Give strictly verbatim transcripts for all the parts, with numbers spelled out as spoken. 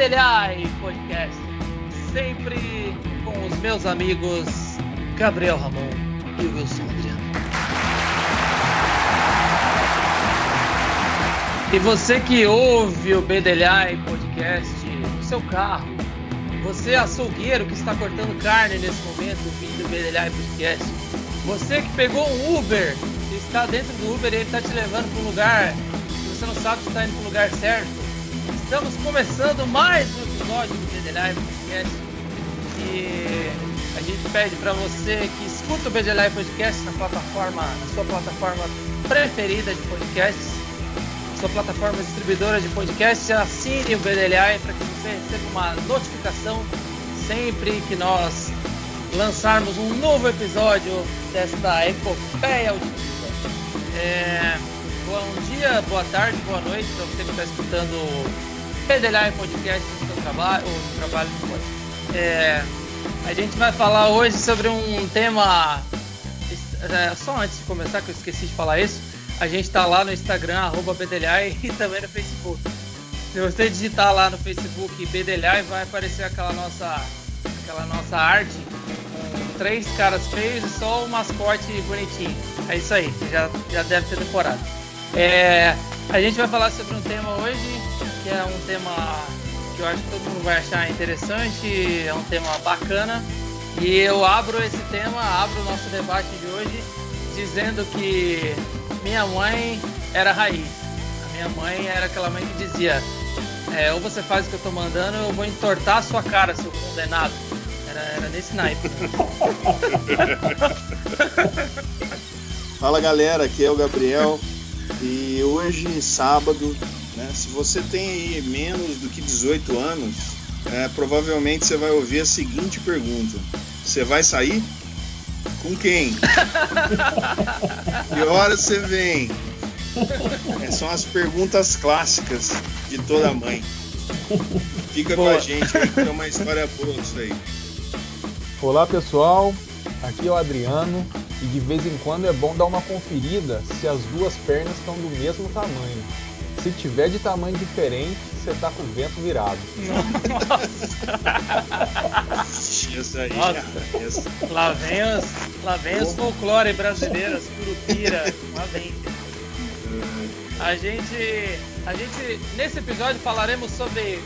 Bedelhai Podcast, sempre com os meus amigos Gabriel Ramon e Wilson Adriano. E você que ouve o Bedelhai Podcast no seu carro, você açougueiro que está cortando carne nesse momento ouvindo o Bedelhai Podcast, você que pegou um Uber e está dentro do Uber e ele está te levando para um lugar que você não sabe se está indo para o lugar certo, estamos começando mais um episódio do Bedelhai Podcast e a gente pede para você que escuta o Bedelhai Podcast na plataforma, na sua plataforma preferida de podcasts, sua plataforma distribuidora de podcasts, assine o Bedelhai para que você receba uma notificação sempre que nós lançarmos um novo episódio desta epopeia auditiva. É, bom dia, boa tarde, boa noite para você que está escutando o Bedelhai Podcast no seu trabalho, ou no trabalho no podcast. É, a gente vai falar hoje sobre um tema, é, só antes de começar, que eu esqueci de falar isso, a gente está lá no Instagram, arroba Bedelhai, e também no Facebook. Se você digitar lá no Facebook Bedelhai, vai aparecer aquela nossa, aquela nossa arte com três caras feios e só o mascote bonitinho. É isso aí, você já, já deve ter decorado. É, a gente vai falar sobre um tema hoje, que é um tema que eu acho que todo mundo vai achar interessante, é um tema bacana. E eu abro esse tema, abro o nosso debate de hoje, dizendo que minha mãe era raiz. A minha mãe era aquela mãe que dizia, é, ou você faz o que eu tô mandando, ou eu vou entortar a sua cara, seu condenado. Era, era nesse naipe. Né? Fala galera, aqui é o Gabriel. E hoje, sábado, né, se você tem aí menos do que dezoito anos, é, provavelmente você vai ouvir a seguinte pergunta: você vai sair? Com quem? Que horas você vem? É, são as perguntas clássicas de toda mãe. Fica boa. Com a gente aí que tem uma história boa disso aí. Olá pessoal, aqui é o Adriano e de vez em quando é bom dar uma conferida se as duas pernas estão do mesmo tamanho. Se tiver de tamanho diferente, você tá com o vento virado. Nossa! Essa aí, Nossa. Essa... Lá vem os, lá vem os folclore brasileiros, curupira, lá vem. A gente, a gente, nesse episódio falaremos sobre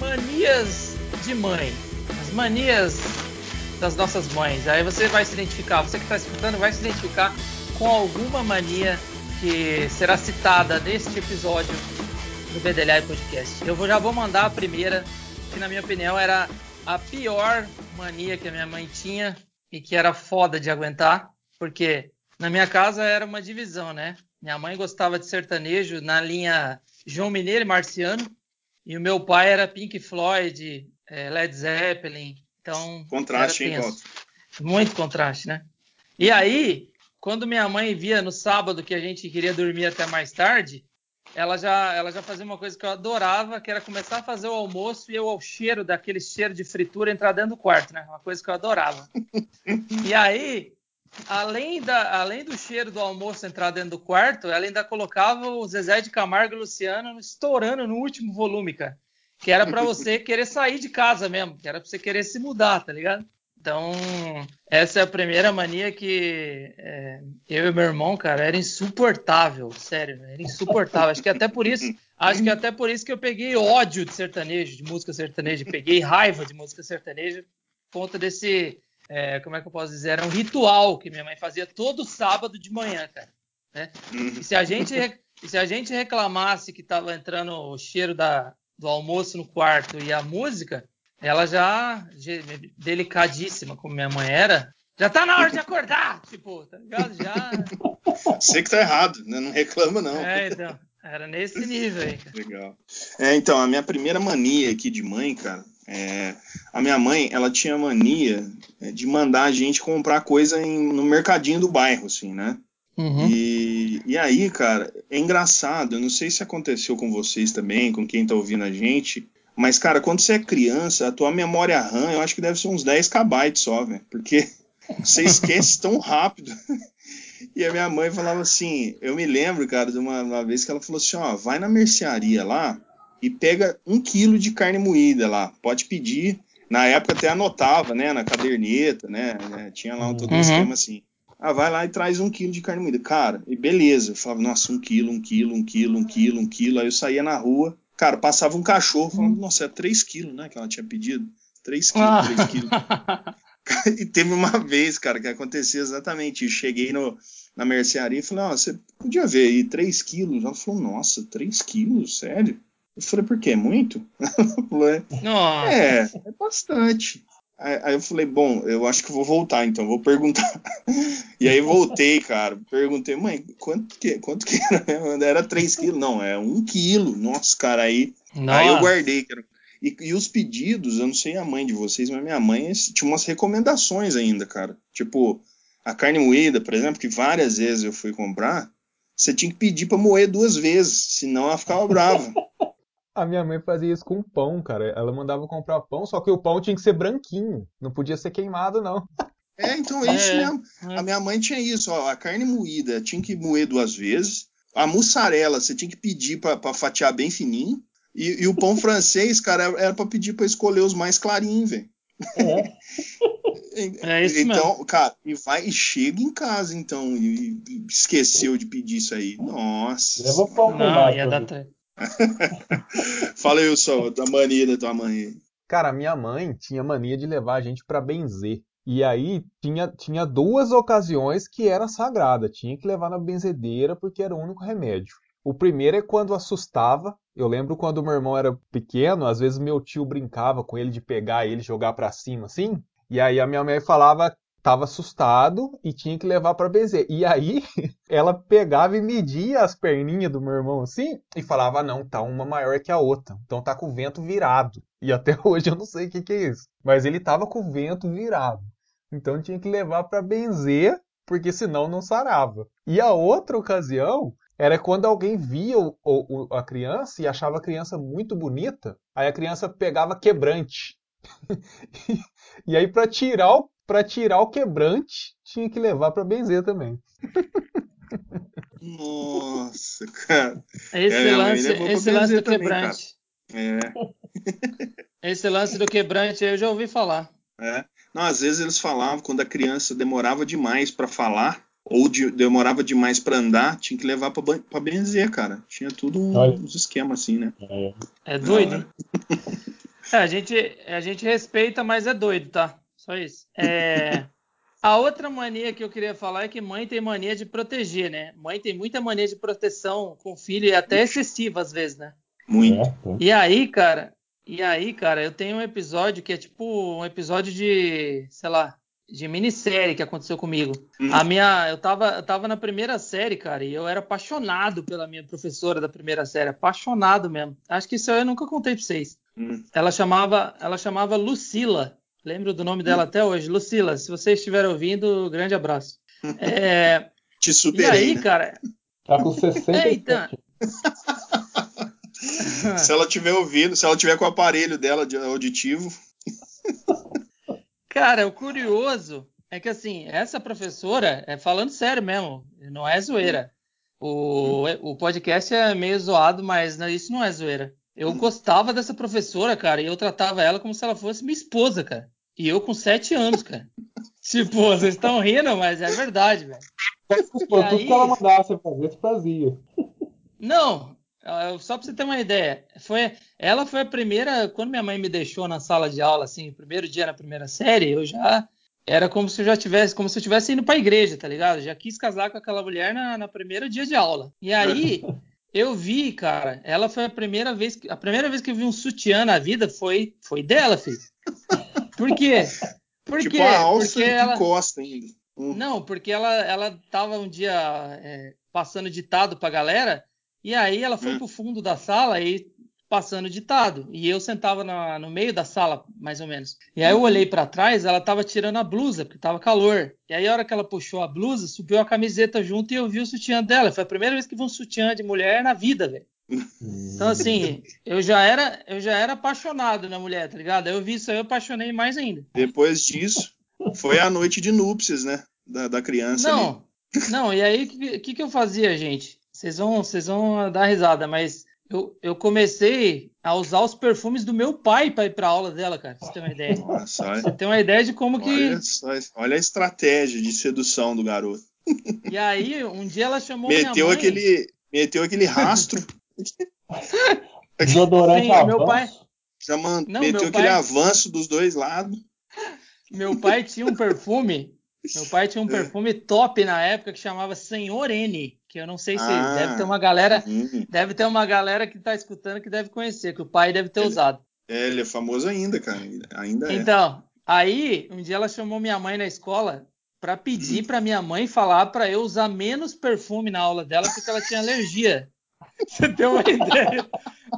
manias de mãe, as manias das nossas mães. Aí você vai se identificar, você que está escutando vai se identificar com alguma mania que será citada neste episódio do Bedelhai Podcast. Eu vou, já vou mandar a primeira, que na minha opinião era a pior mania que a minha mãe tinha e que era foda de aguentar, porque na minha casa era uma divisão, né? Minha mãe gostava de sertanejo na linha João Mineiro e Marciano, e o meu pai era Pink Floyd, Led Zeppelin. Então, contraste, hein, Walter? Muito contraste, né? E aí, quando minha mãe via no sábado que a gente queria dormir até mais tarde, ela já, ela já fazia uma coisa que eu adorava, que era começar a fazer o almoço e eu, ao cheiro daquele cheiro de fritura, entrar dentro do quarto, né? Uma coisa que eu adorava. E aí, além, da, além do cheiro do almoço entrar dentro do quarto, ela ainda colocava o Zezé de Camargo e Luciano estourando no último volume, cara. Que era pra você querer sair de casa mesmo, que era pra você querer se mudar, tá ligado? Então, essa é a primeira mania que é, eu e meu irmão, cara, era insuportável, sério, era insuportável. Acho que até por isso, acho que até por isso que eu peguei ódio de sertanejo, de música sertaneja, peguei raiva de música sertaneja, por conta desse, é, como é que eu posso dizer, era um ritual que minha mãe fazia todo sábado de manhã, cara. Né? E se a gente, se a gente reclamasse que tava entrando o cheiro da do almoço no quarto e a música, ela já, delicadíssima como minha mãe era, já tá na hora de acordar, tipo, tá ligado? Já... Sei que tá errado, né? Não reclama não. É, então, era nesse nível aí, cara. Legal. É, então, a minha primeira mania aqui de mãe, cara, é... a minha mãe, ela tinha mania de mandar a gente comprar coisa em... no mercadinho do bairro, assim, né? Uhum. E, e aí, cara, é engraçado, eu não sei se aconteceu com vocês também, com quem tá ouvindo a gente, mas, cara, quando você é criança, a tua memória RAM, eu acho que deve ser uns dez kilobytes só, velho, porque você esquece tão rápido. E a minha mãe falava assim, eu me lembro, cara, de uma, uma vez que ela falou assim, ó, vai na mercearia lá e pega um quilo de carne moída lá. Pode pedir. Na época até anotava, né? Na caderneta, né? Tinha lá um, todo um Uhum. esquema assim. Ah, vai lá e traz um quilo de carne moída. Cara, e beleza. Eu falava, nossa, um quilo, um quilo, um quilo, um quilo, um quilo. Aí eu saía na rua. Cara, passava um cachorro, falando, nossa, é três quilos, né? Que ela tinha pedido. três quilos, três quilos. E teve uma vez, cara, que aconteceu exatamente isso. Cheguei no, na mercearia e falei, ó, você podia ver aí, três quilos. Ela falou, nossa, três quilos? Sério? Eu falei, por quê? É muito? Ela falou, é, Nossa. é, é bastante. Aí, aí eu falei, bom, eu acho que vou voltar, então, vou perguntar. E aí voltei, cara, perguntei, mãe, quanto que, quanto que era? Era três quilos? Não, é um quilo. Nossa, cara, aí, aí eu guardei, cara. E, e os pedidos, eu não sei a mãe de vocês, mas minha mãe tinha umas recomendações ainda, cara. Tipo, a carne moída, por exemplo, que várias vezes eu fui comprar, você tinha que pedir pra moer duas vezes, senão ela ficava brava. A minha mãe fazia isso com pão, cara. Ela mandava comprar pão, só que o pão tinha que ser branquinho. Não podia ser queimado, não. É, então é isso É, mesmo. é. A minha mãe tinha isso, ó. A carne moída tinha que moer duas vezes. A mussarela você tinha que pedir pra, pra fatiar bem fininho. E, e o pão francês, cara, era pra pedir pra escolher os mais clarinhos, velho. É. É isso Então, mesmo. cara, e vai e chega em casa, então, e, e esqueceu de pedir isso aí. Nossa. Leva o pão Não, queimado ia pra dar ver. treta. Fala aí, só, da mania da tua mãe. Cara, minha mãe tinha mania de levar a gente pra benzer. E aí tinha, tinha duas ocasiões que era sagrada. Tinha que levar na benzedeira porque era o único remédio. O primeiro é quando assustava. Eu lembro quando meu irmão era pequeno, às vezes meu tio brincava com ele de pegar ele e jogar pra cima assim. E aí a minha mãe falava, tava assustado e tinha que levar pra benzer. E aí ela pegava e media as perninhas do meu irmão assim e falava, ah, não, tá uma maior que a outra. Então tá com o vento virado. E até hoje eu não sei o que que é isso. Mas ele tava com o vento virado. Então tinha que levar pra benzer, porque senão não sarava. E a outra ocasião era quando alguém via o, o, a criança e achava a criança muito bonita, aí a criança pegava quebrante. E aí pra tirar o, pra tirar o quebrante, tinha que levar pra benzer também. Nossa, cara. É, Esse minha mãe lance, levou pra esse lance benzer do também, cara. quebrante. É, Esse lance do quebrante eu já ouvi falar. é. Não, às vezes eles falavam quando a criança demorava demais pra falar ou de- demorava demais pra andar, tinha que levar pra, ban- pra benzer, cara. Tinha tudo Olha, um- uns esquemas assim, né? é, É Da doido, hora. hein? É, a gente, a gente respeita, mas é doido, tá? Só isso. É, a outra mania que eu queria falar é que mãe tem mania de proteger, né? Mãe tem muita mania de proteção com o filho e até excessiva às vezes, né? Muito. é, tem. E aí, cara, e aí, cara, eu tenho um episódio que é tipo um episódio de, sei lá, de minissérie que aconteceu comigo. Hum, A minha, eu tava, eu tava na primeira série, cara, e eu era apaixonado pela minha professora da primeira série, apaixonado mesmo. Acho que isso eu nunca contei pra vocês. hum, Ela chamava, ela chamava Lucila. Lembro do nome dela hum. até hoje, Lucila. Se vocês estiverem ouvindo, grande abraço. É, Te e superei, aí, né? cara, Tá com sessenta é, e então, sete. Se ela tiver ouvindo, se ela tiver com o aparelho dela de auditivo, cara, o curioso é que assim, essa professora, é falando sério mesmo, não é hum, zoeira. O, o podcast é meio zoado, mas não- isso não é zoeira. Eu hum. gostava dessa professora, cara, e eu tratava ela como se ela fosse minha esposa, cara. E eu com sete anos, cara. Tipo, vocês estão rindo, mas é verdade, velho. E Pô, tudo que ela aí, mandasse você fazer, você fazia. não, ah, só pra você ter uma ideia, foi, ela foi a primeira, quando minha mãe me deixou na sala de aula, assim, o primeiro dia na primeira série, eu já, era como se eu já tivesse, como se eu tivesse indo pra igreja, tá ligado? Já quis casar com aquela mulher na, na primeiro dia de aula. E aí, eu vi, cara, ela foi a primeira vez, que- a primeira vez que eu vi um sutiã na vida foi, foi dela, filho. Por quê? Por Tipo a quê? Porque alça de ela, costa ainda. Hum. não, porque ela, ela tava um dia é, passando ditado pra galera, e aí ela foi Hum. pro fundo da sala e passando ditado. E eu sentava na- no meio da sala, mais ou menos. E aí eu olhei pra trás, ela tava tirando a blusa, porque tava calor. E aí a hora que ela puxou a blusa, subiu a camiseta junto e eu vi o sutiã dela. Foi a primeira vez que vi um sutiã de mulher na vida, velho. Então, assim, eu já era, eu já era apaixonado na mulher, tá ligado? Aí eu vi isso aí, eu apaixonei mais ainda. Depois disso, foi a noite de núpcias, né? Da, da criança ali. Não, não, e aí o que, que, que eu fazia, gente? Vocês vão, vocês vão dar risada, mas Eu, eu comecei a usar os perfumes do meu pai para ir para aula dela, cara. Pra você ter uma ideia. Nossa, olha, Você tem uma ideia de como que. olha, só, olha a estratégia de sedução do garoto. E aí, um dia ela chamou minha Meteu mãe. aquele, meteu aquele rastro. Desodorante Sim, meu pai. avanço. Já man- Não, meteu meu aquele pai. avanço dos dois lados. Meu pai tinha um perfume. Meu pai tinha um É. perfume top na época que chamava Senhor N, que eu não sei se deve ter Ah, uma galera, hum. deve ter uma galera que tá escutando que deve conhecer, que o pai deve ter Ele, usado. é, ele é famoso ainda, cara. Ainda é. Então, aí um dia ela chamou minha mãe na escola para pedir para minha mãe falar para eu usar menos perfume na aula dela porque ela tinha alergia. Você tem uma ideia?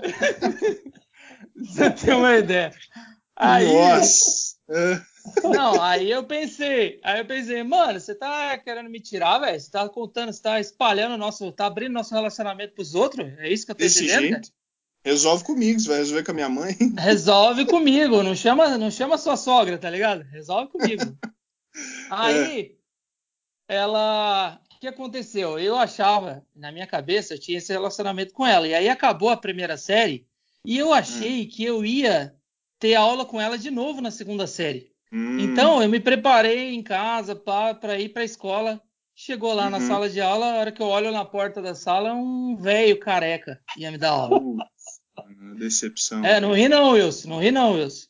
Você tem uma ideia? Aí, Nossa! É. não, aí eu pensei, aí eu pensei, mano, você tá querendo me tirar, velho? Você tá contando, você tá espalhando o nosso, tá abrindo nosso relacionamento pros outros? É isso que eu tô Desse entendendo, cara? jeito. Resolve comigo, você vai resolver com a minha mãe. Resolve comigo, não chama, não chama sua sogra, tá ligado? Resolve comigo. É. Aí, ela, o que aconteceu? Eu achava, na minha cabeça, eu tinha esse relacionamento com ela. E aí acabou a primeira série e eu achei que eu ia ter aula com ela de novo na segunda série. Então, Hum. eu me preparei em casa para ir para a escola. Chegou lá na Uhum. sala de aula, a hora que eu olho na porta da sala, um velho careca ia me dar aula. Putz, decepção. É, não ri não, Wilson, não ri não, Wilson.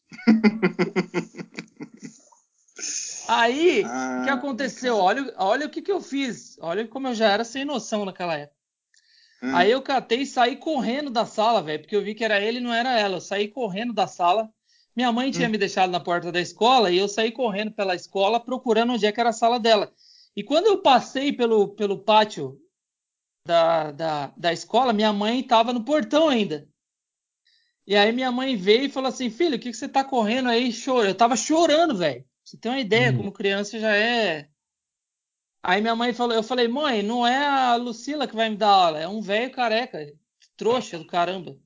Aí, o que Ah, aconteceu? cara. Olha, olha o que, que eu fiz. Olha como eu já era sem noção naquela época. Ah, Aí eu catei e saí correndo da sala, velho, porque eu vi que era ele e não era ela. Eu saí correndo da sala. Minha mãe tinha hum. me deixado na porta da escola e eu saí correndo pela escola procurando onde é que era a sala dela. E quando eu passei pelo, pelo pátio da, da, da escola, minha mãe estava no portão ainda. E aí minha mãe veio e falou assim, filho, o que, que você tá correndo aí? Chora. Eu tava chorando, velho. Você tem uma ideia, Hum. como criança já é. Aí minha mãe falou, eu falei, mãe, não é a Lucila que vai me dar aula, é um velho careca, trouxa do caramba.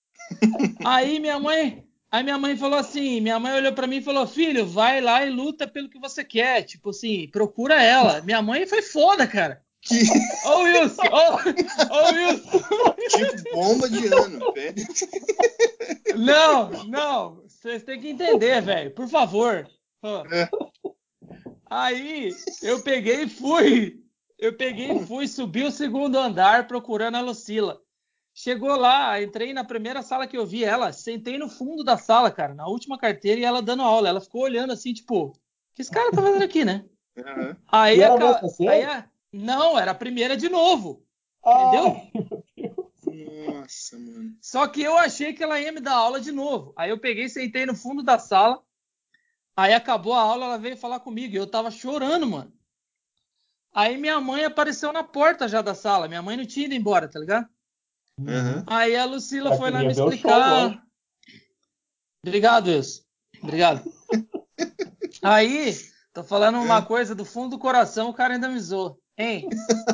Aí minha mãe, aí minha mãe falou assim, minha mãe olhou pra mim e falou, filho, vai lá e luta pelo que você quer, tipo assim, procura ela. Minha mãe foi foda, cara. Que Ô Wilson, ô, ô Wilson. tipo bomba de ano, velho. Não, não, vocês têm que entender, velho, por favor. Ó. É. Aí eu peguei e fui, eu peguei e fui, subi o segundo andar procurando a Lucila. Chegou lá, entrei na primeira sala que eu vi ela, sentei no fundo da sala, cara, na última carteira e ela dando aula. Ela ficou olhando assim, tipo, o que esse cara tá fazendo aqui, né? Uhum. Aí E a, era ca- você? aí a, não, era a primeira de novo, entendeu? Ai, meu Deus. Nossa, mano. Só que eu achei que ela ia me dar aula de novo. Aí eu peguei, sentei no fundo da sala. Aí acabou a aula, ela veio falar comigo e eu tava chorando, mano. Aí minha mãe apareceu na porta já da sala. Minha mãe não tinha ido embora, tá ligado? Uhum. Aí a Lucila Ela foi lá queria me ver o show, lógico. explicar. Obrigado, Wilson. Obrigado. Aí, tô falando uma É. coisa do fundo do coração, o cara ainda me zoou. Hein?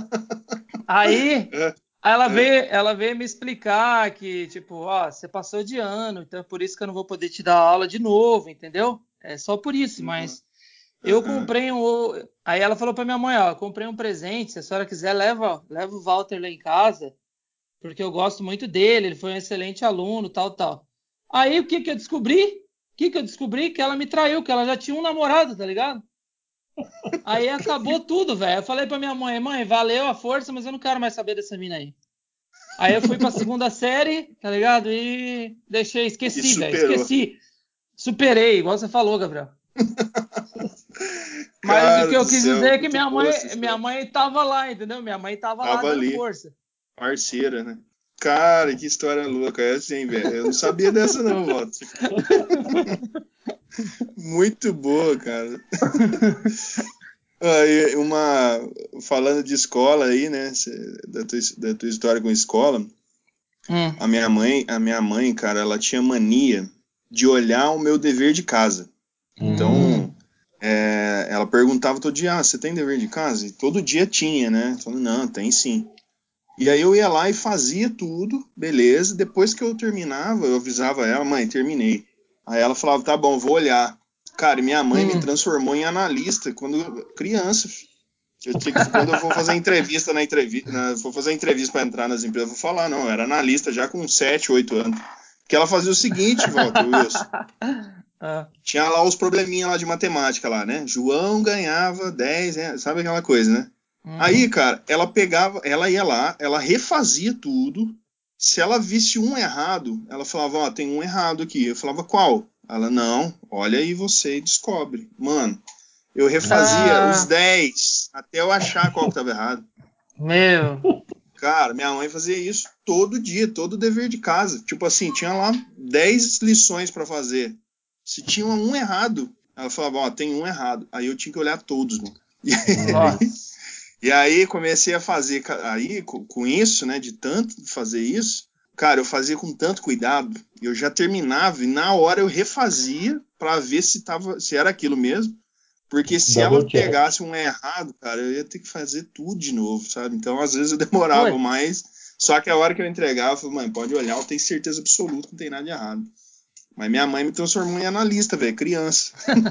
Aí, É. aí ela É. veio, ela veio me explicar que, tipo, ó, você passou de ano, então é por isso que eu não vou poder te dar aula de novo, entendeu? É só por isso, mas eu Uhum. comprei um. Aí ela falou pra minha mãe, ó, eu comprei um presente, se a senhora quiser, leva, leva o Walter lá em casa, porque eu gosto muito dele, ele foi um excelente aluno, tal, tal. Aí o que que eu descobri? O que que eu descobri? Que ela me traiu, que ela já tinha um namorado, tá ligado? Aí acabou tudo, velho. Eu falei pra minha mãe, mãe, valeu a força, mas eu não quero mais saber dessa mina aí. Aí eu fui pra segunda série, tá ligado? E deixei, E esqueci, velho, superou. esqueci. Superei, igual você falou, Gabriel. Mas o Cara que eu do quis céu, dizer é que muito minha boa essa mãe, minha história. mãe tava lá, entendeu? Minha mãe tava lá Tava dando ali, força. parceira, né? Cara, que história louca essa, hein, velho? Eu não sabia dessa não, Walter. Muito boa, cara. Aí, uma... Falando de escola aí, né? Da tua, da tua história com escola. Hum. A minha mãe, a minha mãe, cara, ela tinha mania de olhar o meu dever de casa. Então, Hum. é, ela perguntava todo dia, ah, você tem dever de casa? E todo dia tinha, né? Falando, não, tem sim. E aí eu ia lá e fazia tudo, beleza. Depois que eu terminava, eu avisava ela, mãe, terminei. Aí ela falava, tá bom, vou olhar. Cara, e minha mãe me Hum. transformou em analista quando eu, criança. Eu tinha que, quando eu for fazer entrevista na entrevista, na, for fazer entrevista para entrar nas empresas, eu vou falar, não, eu era analista já com sete, oito anos. Porque ela fazia o seguinte, Walter Wilson. Ah. Tinha lá os probleminha lá de matemática lá, né? João ganhava dez, né? Sabe aquela coisa, né? Uhum. Aí, cara, ela pegava, ela ia lá, ela refazia tudo. Se ela visse um errado, ela falava, ó, tem um errado aqui. Eu falava, qual? Ela, não, olha aí você e descobre. Mano, eu refazia ah. os dez até eu achar qual que tava errado. Meu. Cara, minha mãe fazia isso todo dia, todo dever de casa. Tipo assim, tinha lá dez lições pra fazer. Se tinha um errado, ela falava, ó, tem um errado. Aí eu tinha que olhar todos, mano. E aí, e aí comecei a fazer, aí com, com isso, né, de tanto fazer isso, cara, eu fazia com tanto cuidado, eu já terminava e na hora eu refazia pra ver se, tava, se era aquilo mesmo. Porque se Double ela check. pegasse um errado, cara, eu ia ter que fazer tudo de novo, sabe? Então, às vezes eu demorava Oi. mais. Só que a hora que eu entregava, eu falei, mãe, pode olhar, eu tenho certeza absoluta que não tem nada de errado. Mas minha mãe me transformou em analista, velho, criança.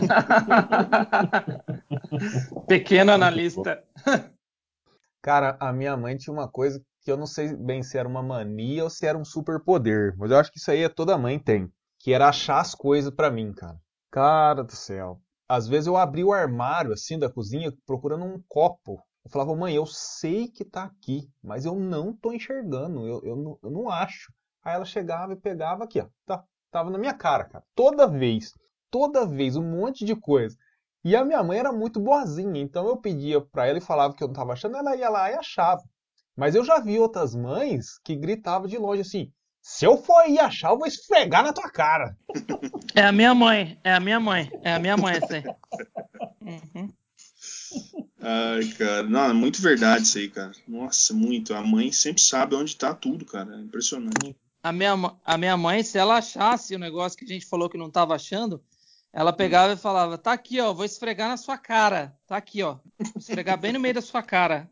Pequeno analista. Cara, a minha mãe tinha uma coisa que eu não sei bem se era uma mania ou se era um superpoder. Mas eu acho que isso aí é toda mãe tem. Que era achar as coisas pra mim, cara. Cara do céu. Às vezes eu abri o armário, assim, da cozinha, procurando um copo. Eu falava, mãe, eu sei que tá aqui, mas eu não tô enxergando, eu, eu, não, eu não acho. Aí ela chegava e pegava aqui, ó. Tá, tava na minha cara, cara. Toda vez, toda vez, um monte de coisa. E a minha mãe era muito boazinha, então eu pedia pra ela e falava que eu não tava achando, ela ia lá e achava. Mas eu já vi outras mães que gritavam de longe assim, se eu for aí achar, eu vou esfregar na tua cara. É a minha mãe, é a minha mãe, é a minha mãe essa aí. Uhum. Ai, cara, não, é muito verdade isso aí, cara. Nossa, muito. A mãe sempre sabe onde tá tudo, cara. É impressionante. A minha, a minha mãe, se ela achasse o negócio que a gente falou que não tava achando, ela pegava hum. e falava, tá aqui, ó, vou esfregar na sua cara. Tá aqui, ó. Vou esfregar bem no meio da sua cara.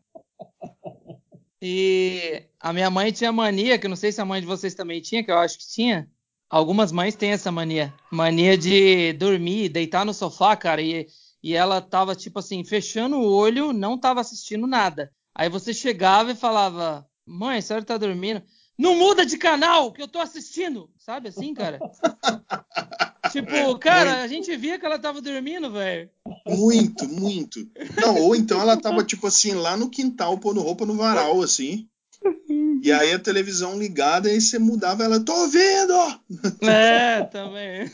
E a minha mãe tinha mania, que eu não sei se a mãe de vocês também tinha, que eu acho que tinha. Algumas mães têm essa mania. Mania de dormir, deitar no sofá, cara. E, e ela tava, tipo assim, fechando o olho, não tava assistindo nada. Aí você chegava e falava, mãe, a senhora tá dormindo? Não muda de canal, que eu tô assistindo. Sabe assim, cara? Tipo, cara, muito. A gente via que ela tava dormindo, velho. Muito, muito. Não, ou então ela tava, tipo assim, lá no quintal, pondo roupa no varal, assim. E aí a televisão ligada, e você mudava ela, tô ouvindo! É, também.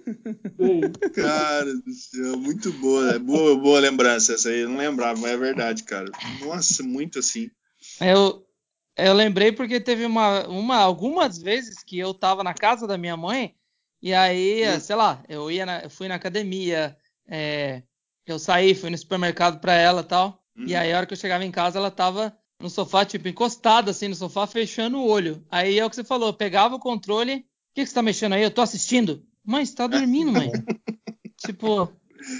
Cara do céu, muito boa. Boa, boa lembrança essa aí. Eu não lembrava, mas é verdade, cara. Nossa, muito assim. Eu, eu lembrei porque teve uma, uma, algumas vezes que eu tava na casa da minha mãe, e aí, hum. sei lá, eu ia na, eu fui na academia, é, eu saí, fui no supermercado pra ela e tal, hum. e aí a hora que eu chegava em casa, ela tava no sofá, tipo, encostada assim no sofá, fechando o olho. Aí é o que você falou, eu pegava o controle, o que, que você tá mexendo aí? Eu tô assistindo. Mãe, você tá dormindo, mãe. Tipo...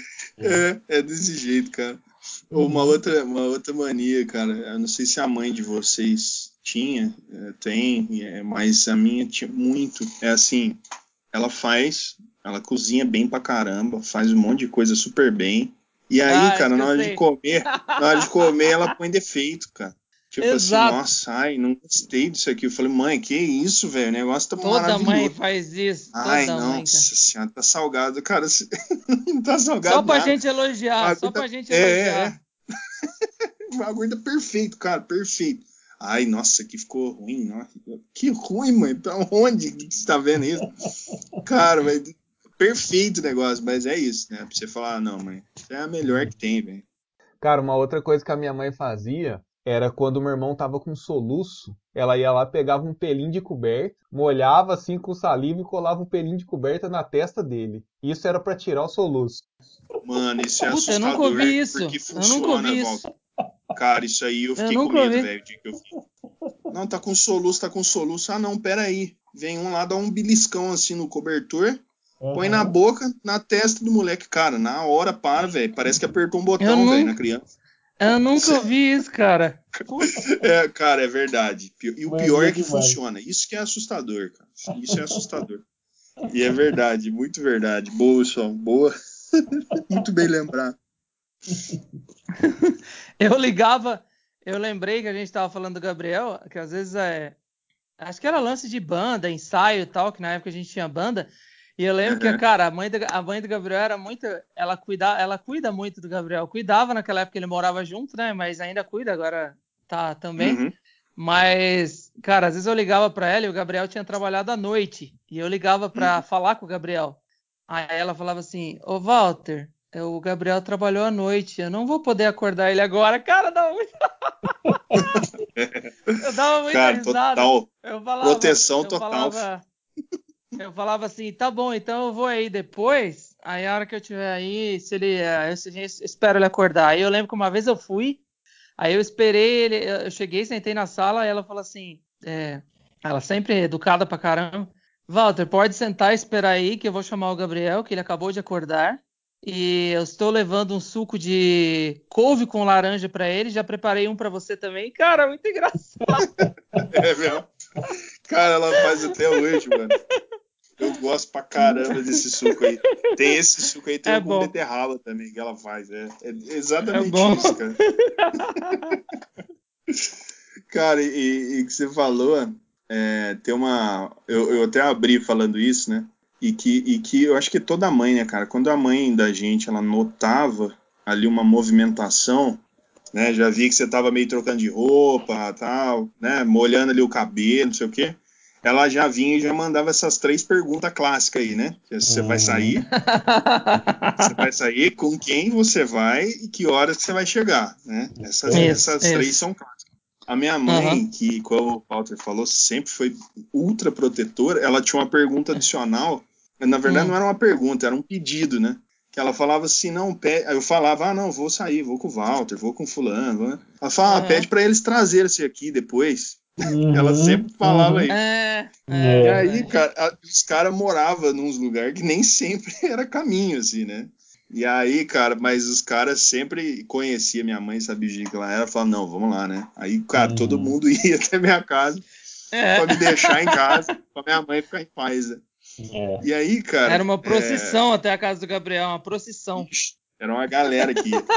É, é desse jeito, cara. Ou uma outra, uma outra mania, cara. Eu não sei se a mãe de vocês tinha, é, tem, é, mas a minha tinha muito. É assim, ela faz, ela cozinha bem pra caramba, faz um monte de coisa super bem. E aí, ah, cara, na hora de comer, na hora de comer, ela põe defeito, cara. Tipo Exato. assim, nossa, ai, não gostei disso aqui. Eu falei, mãe, que isso, velho? O negócio tá Toda maravilhoso. Toda mãe faz isso. Ai, toda não, mãe, cara. Nossa senhora, tá salgado. Cara, não tá salgado Só pra nada. gente elogiar, só pra tá... gente é, elogiar. É. O bagulho tá perfeito, cara, perfeito. Ai, nossa, que ficou ruim. Nossa. Que ruim, mãe. Pra onde que você tá vendo isso? Cara, mas perfeito o negócio, mas é isso, né? Pra você falar, ah, não, mãe, isso é a melhor que tem, velho. Cara, uma outra coisa que a minha mãe fazia era quando o meu irmão tava com soluço, ela ia lá, pegava um pelinho de coberta, molhava assim com saliva e colava um pelinho de coberta na testa dele. Isso era pra tirar o soluço. Mano, isso é Puta, assustador. Eu nunca ouvi isso. Porque funciona, eu nunca ouvi Walter. isso. Cara, isso aí eu fiquei eu com medo, ouvi. velho. Que eu fiquei... Não, tá com soluço, tá com soluço. Ah, não, pera aí. Vem um lá, dá um beliscão assim no cobertor, uhum. Põe na boca, na testa do moleque. Cara, na hora para, velho. Parece que apertou um botão, velho, nunca... na criança. Eu nunca ouvi isso, cara. É, cara, é verdade. E o pior é que funciona. Isso que é assustador, cara. Isso é assustador. E é verdade, muito verdade. Boa, Som, boa. Muito bem lembrar. Eu ligava, eu lembrei que a gente tava falando do Gabriel, que às vezes é. Acho que era lance de banda, ensaio e tal, que na época a gente tinha banda. E eu lembro que, Uhum. cara, a mãe, do, a mãe do Gabriel era muito. Ela cuida, ela cuida muito do Gabriel. Cuidava naquela época que ele morava junto, né? Mas ainda cuida, agora tá também. Uhum. Mas, cara, às vezes eu ligava pra ela e o Gabriel tinha trabalhado à noite. E eu ligava pra Uhum. falar com o Gabriel. Aí ela falava assim: Ô Walter, o Gabriel trabalhou à noite, eu não vou poder acordar ele agora. Cara, dava muito... eu dava muita Cara, risada. total. Eu falava, Proteção eu total. falava, eu falava assim: tá bom, então eu vou aí depois. Aí a hora que eu tiver aí, se ele, eh, eu, eu espero ele acordar. Aí eu lembro que uma vez eu fui. Aí eu esperei ele, eu cheguei, sentei na sala, e ela falou assim, é, ela sempre é educada pra caramba. Walter, pode sentar e esperar aí que eu vou chamar o Gabriel, que ele acabou de acordar. E eu estou levando um suco de couve com laranja pra ele, já preparei um pra você também. Cara, muito engraçado. É mesmo. Cara, ela faz até hoje, mano. Eu gosto pra caramba desse suco aí. Tem esse suco aí, tem É um com bom, beterraba também que ela faz. É, é é exatamente bom. isso, cara. Cara, e, e que você falou, é, tem uma. Eu, eu até abri falando isso, né? E que, e que eu acho que toda mãe, né, cara? Quando a mãe da gente ela notava ali uma movimentação, né? Já vi que você tava meio trocando de roupa, tal, né? Molhando ali o cabelo, não sei o quê. Ela já vinha e já mandava essas três perguntas clássicas aí, né? Que Você vai sair, você vai sair, com quem você vai e que horas que você vai chegar, né? Essas, Isso, essas três isso. são clássicas. A minha Aham. mãe, que, como o Walter falou, sempre foi ultra protetora, ela tinha uma pergunta adicional. Na verdade, Hum. não era uma pergunta, era um pedido, né? Que ela falava assim, não, pede. Aí eu falava, ah, não, vou sair, vou com o Walter, vou com o fulano. Né? Ela falava, ah, Aham. pede para eles trazerem esse aqui depois. Ela Uhum, sempre falava uhum. isso. É, E é, É. aí, velho. cara, a- os caras moravam nos lugares que nem sempre era caminho, assim, né? E aí, cara, mas os caras sempre conheciam minha mãe, sabia o dia que ela era, falavam, não, vamos lá, né? Aí, cara, todo Uhum. mundo ia até minha casa É. pra me deixar em casa, pra minha mãe ficar em paz, né? É. E aí, cara, Era uma é... procissão até a casa do Gabriel, uma procissão. Ixi, era uma galera que ia.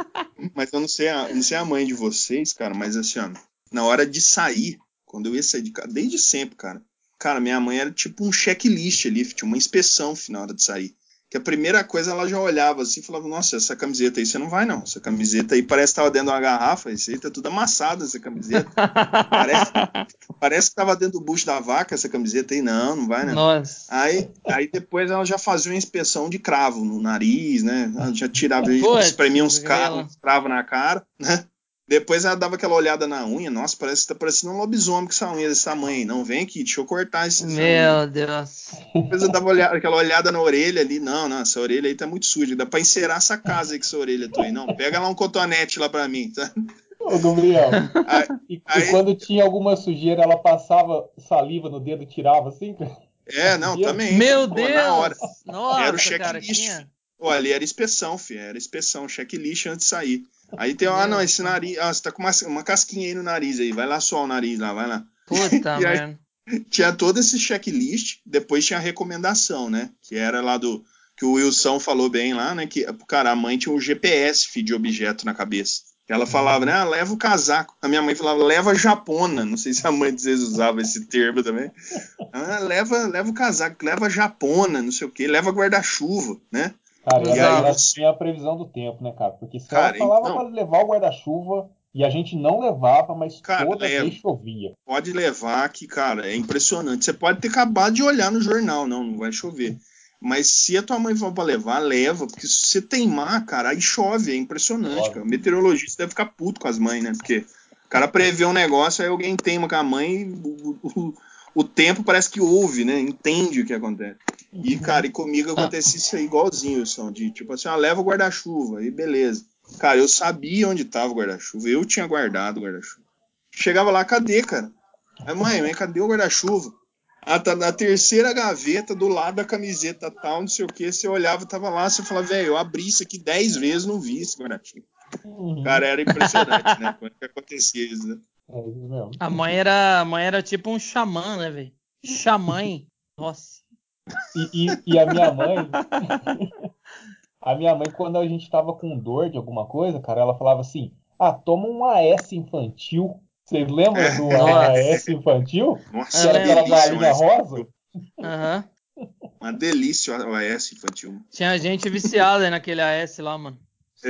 Mas eu não sei a, eu não sei a mãe de vocês, cara, mas assim, ó, na hora de sair, quando eu ia sair de casa, desde sempre, cara, cara, minha mãe era tipo um checklist ali, tinha uma inspeção na hora de sair. Que a primeira coisa ela já olhava assim e falava, nossa, essa camiseta aí você não vai não. Essa camiseta aí parece que tava dentro de uma garrafa, isso aí tá tudo amassado essa camiseta. Parece, parece que tava dentro do bucho da vaca essa camiseta aí, não, não vai não. Nossa. Aí, aí depois ela já fazia uma inspeção de cravo no nariz, né? Ela já tirava, Putz, espremia uns, ca- grela. uns cravos na cara, né? Depois ela dava aquela olhada na unha. Nossa, parece que tá parecendo um lobisomem com essa unha desse tamanho. Não, vem aqui, deixa eu cortar essa unha. Meu Deus. Depois eu dava olhada, aquela olhada na orelha ali. Não, não, essa orelha aí tá muito suja. Dá pra encerar essa casa aí com essa orelha tua aí. Não, pega lá um cotonete lá pra mim, tá? Ô, Gabriel, Aí, e, e aí quando tinha alguma sujeira, ela passava saliva no dedo e tirava assim? é, não, Dedo? também, Meu pô, na hora. Deus. Era o Nossa, cara, checklist, fi. tinha. Pô, ali era inspeção, fi. Era inspeção, checklist antes de sair. Aí tem, ah, não, Meu. esse nariz, ah, você tá com uma, uma casquinha aí no nariz aí, vai lá só o nariz lá, vai lá. Puta E aí merda. tinha todo esse checklist, depois tinha a recomendação, né? Que era lá do, que o Wilson falou bem lá, né? Que, cara, a mãe tinha um G P S, fi, de objeto na cabeça. Ela falava, né? Ah, leva o casaco. A minha mãe falava, leva a japona. Não sei se a mãe de vocês usava esse termo também. Ah, leva, leva o casaco, leva a japona, não sei o quê, leva guarda-chuva, né? Cara, e E ela, e aí Usava. ela você, tinha a previsão do tempo, né, cara? Porque se ela cara, falava então, para levar o guarda-chuva e a gente não levava, mas cara, toda vez leva, chovia. pode levar que, cara, é impressionante. Você pode ter acabado de olhar no jornal, não, não vai chover. Mas se a tua mãe for pra levar, leva, porque se você teimar, cara, aí chove, é impressionante, cara. O Chove. meteorologista deve ficar puto com as mães, né? Porque o cara prevê um negócio, aí alguém teima com a mãe, e o, o, o tempo parece que ouve, né? Entende o que acontece. E, cara, e comigo acontecia isso aí igualzinho, Wilson, de tipo assim, ah, leva o guarda-chuva, aí beleza. Cara, eu sabia onde tava o guarda-chuva, eu tinha guardado o guarda-chuva. Chegava lá, cadê, cara? Aí, mãe, mãe, cadê o guarda-chuva? Ah, tá na terceira gaveta, do lado da camiseta tal, não sei o que. Você olhava, tava lá, você falava, velho, eu abri isso aqui dez vezes, não vi esse guarda-chuva. Uhum. Cara, era impressionante, né? Quando que acontecia isso, né? É isso mesmo. A mãe era, a mãe era tipo um xamã, né, velho? Xamã. Nossa. E, e, e a minha mãe, a minha mãe, quando a gente tava com dor de alguma coisa, cara, ela falava assim: Ah, toma um A S infantil. Vocês lembram É. do Nossa. A S infantil? Nossa, Que era aquela delícia, galinha mas- rosa? Aham. Uma delícia o A S infantil. Tinha gente viciada aí naquele A S lá, mano.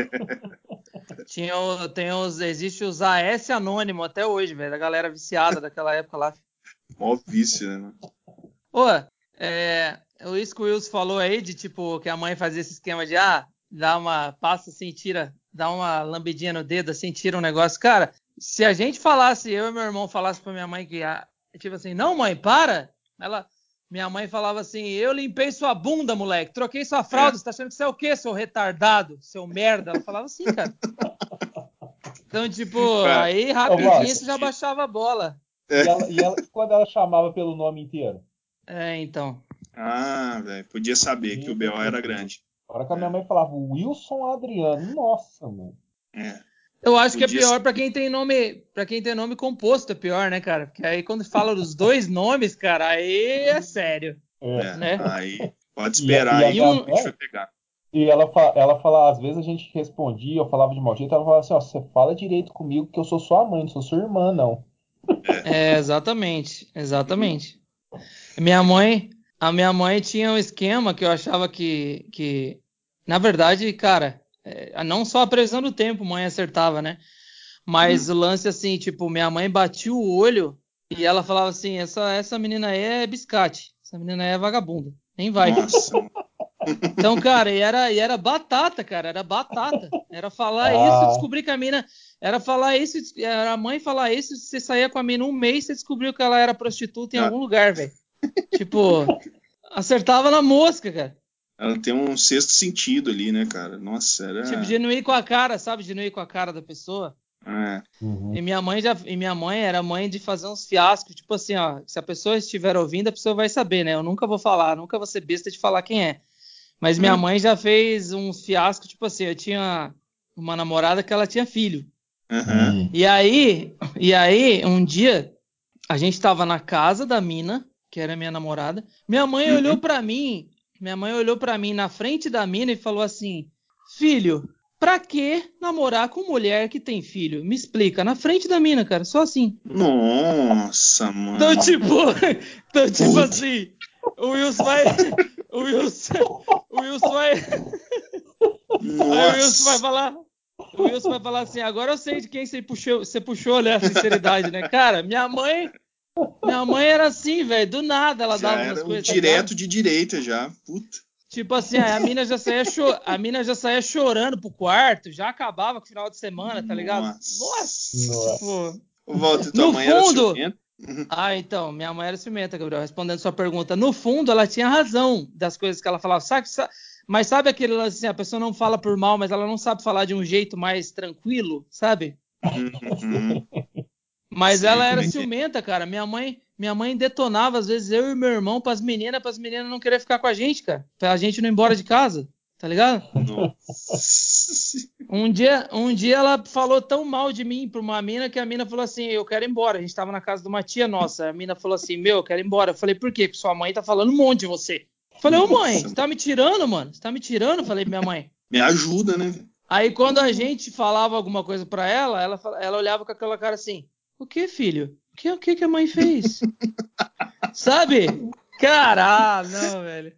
Tinha, o- tem os, existe os A S anônimo até hoje, velho. Da galera viciada daquela época lá. Mó vício, né, mano? Ô, é, o isso que o Wilson falou aí de tipo que a mãe fazia esse esquema de ah, dá uma, passa assim, tira, dá uma lambidinha no dedo assim, tira um negócio. Cara, se a gente falasse, eu e meu irmão falasse pra minha mãe que, ah, tipo assim, não mãe, para, ela, minha mãe falava assim, eu limpei sua bunda, moleque, troquei sua fralda, É. você tá achando que você é o quê, seu retardado, seu merda? Ela falava assim, cara. Então, tipo, Cara, aí Ô, rapidinho Walter. você já baixava a bola. E ela, e ela- quando ela chamava pelo nome inteiro? É, então. Ah, velho, podia saber que o B O era grande. A hora que a minha É. mãe falava Wilson Adriano, nossa, mano. É. Eu acho que é Podia pior ser. pra quem tem nome, para quem tem nome composto, é pior, né, cara? Porque aí quando fala dos dois nomes, cara, aí é sério, É. né? Aí pode E, a- esperar e a aí E que minha um, o bicho vai mãe, pegar. e ela, fa- ela fala, às vezes a gente respondia, eu falava de mau jeito, ela falava assim, ó, você fala direito comigo que eu sou sua mãe, não sou sua irmã, não. é, exatamente, exatamente. Minha mãe, a minha mãe tinha um esquema que eu achava que, que na verdade, cara, é, não só a previsão do tempo, mãe acertava, né? Mas Hum. o lance assim, tipo, minha mãe batia o olho e ela falava assim, essa, essa menina aí é biscate, essa menina aí é vagabunda, nem vai. Nossa, mano. Então, cara, e era, e era batata, cara, era batata. Era falar isso, Ah, descobrir que a mina. Era falar isso, era a mãe falar isso, você saía com a mina um mês, você descobriu que ela era prostituta em Ah, algum lugar, velho. Tipo, acertava na mosca, cara. ela tem um sexto sentido ali, né, cara? Nossa, Tipo, era. de não ir com a cara, sabe? De não ir com a cara da pessoa. É. uhum. E minha mãe já, e minha mãe era mãe de fazer uns fiascos, tipo assim, ó, se a pessoa estiver ouvindo, a pessoa vai saber, né? Eu nunca vou falar, nunca vou ser besta de falar quem é. Mas minha Hum. mãe já fez uns fiascos, tipo assim, eu tinha uma namorada que ela tinha filho. Aham. Hum. E aí, e aí, um dia, a gente tava na casa da mina, que era minha namorada. Minha mãe Uhum. olhou pra mim, minha mãe olhou pra mim na frente da mina e falou assim: "Filho, pra que namorar com mulher que tem filho? Me explica." Na frente da mina, cara, só assim. Nossa, mano. Então, tipo, então, tipo assim, o Wilson vai, o Wilson, o Wilson vai, aí o Wilson vai Nossa. falar, o Wilson vai falar assim, agora eu sei de quem você puxou, você puxou, né, a sinceridade, né? Cara, minha mãe, minha mãe era assim, velho, do nada ela Já dava umas era um coisas, tá ligado? direto de direita já. Puta. Tipo assim, a mina já saía, cho- a mina já saía chorando pro quarto, já acabava com o final de semana, tá ligado? Nossa, Nossa. tipo, Ô, Walter, tua no mãe era fundo, ciumenta? ah, então, minha mãe era ciumenta, Gabriel. Respondendo sua pergunta, no fundo, ela tinha razão das coisas que ela falava. Sabe, sa- mas sabe aquele lance assim, a pessoa não fala por mal, mas ela não sabe falar de um jeito mais tranquilo, sabe? Uhum. Mas Sei ela como era é que é. ciumenta, cara. Minha mãe, minha mãe detonava, às vezes, eu e meu irmão pras meninas, pras meninas não querer ficar com a gente, cara. Pra gente não ir embora de casa, tá ligado? Nossa. Um dia, um dia ela falou tão mal de mim pra uma mina que a mina falou assim, eu quero ir embora. A gente tava na casa de uma tia nossa. A mina falou assim, meu, eu quero ir embora. Eu falei, por quê? Porque sua mãe tá falando um monte de você. Eu falei, ô mãe, Nossa. você tá me tirando, mano? Você tá me tirando? Eu falei pra minha mãe. Me ajuda, né? Aí quando a gente falava alguma coisa pra ela, ela, fala- ela olhava com aquela cara assim, o que, filho? O que, o que que a mãe fez? Sabe? Caralho, não, velho.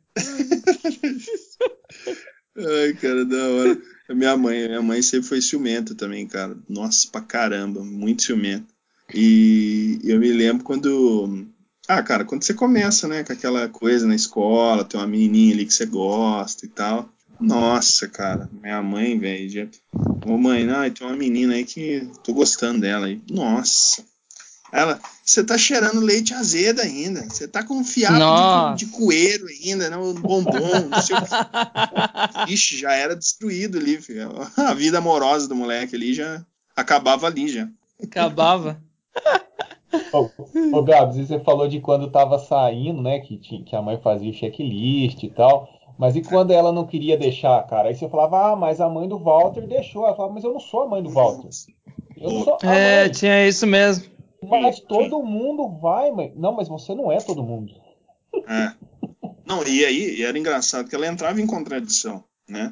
Ai, cara, da hora. A minha mãe, a minha mãe sempre foi ciumenta também, cara. Nossa, pra caramba, muito ciumenta. E eu me lembro quando. Ah, cara, quando você começa, né, com aquela coisa na escola, tem uma menininha ali que você gosta e tal. Nossa, cara, minha mãe, velho, já. Ô mãe, ai, tem uma menina aí que tô gostando dela aí. Nossa. Ela, você tá cheirando leite azedo ainda. Você tá com um fiapo de, Nossa. de coelho ainda, né? Um bombom, não sei o que. Ixi, já era destruído ali, filho. A vida amorosa do moleque ali já acabava ali já. Acabava. Ô, ô Gabs, e você falou de quando tava saindo, né? Que, tinha, que a mãe fazia o checklist e tal. Mas e quando ela não queria deixar, cara? Aí você falava, ah, mas a mãe do Walter deixou. Ela falava, mas eu não sou a mãe do Walter. Eu sou a É, mãe. tinha isso mesmo. Mas todo mundo vai, mãe. Não, mas você não é todo mundo. É. Não, e aí e era engraçado que ela entrava em contradição, né?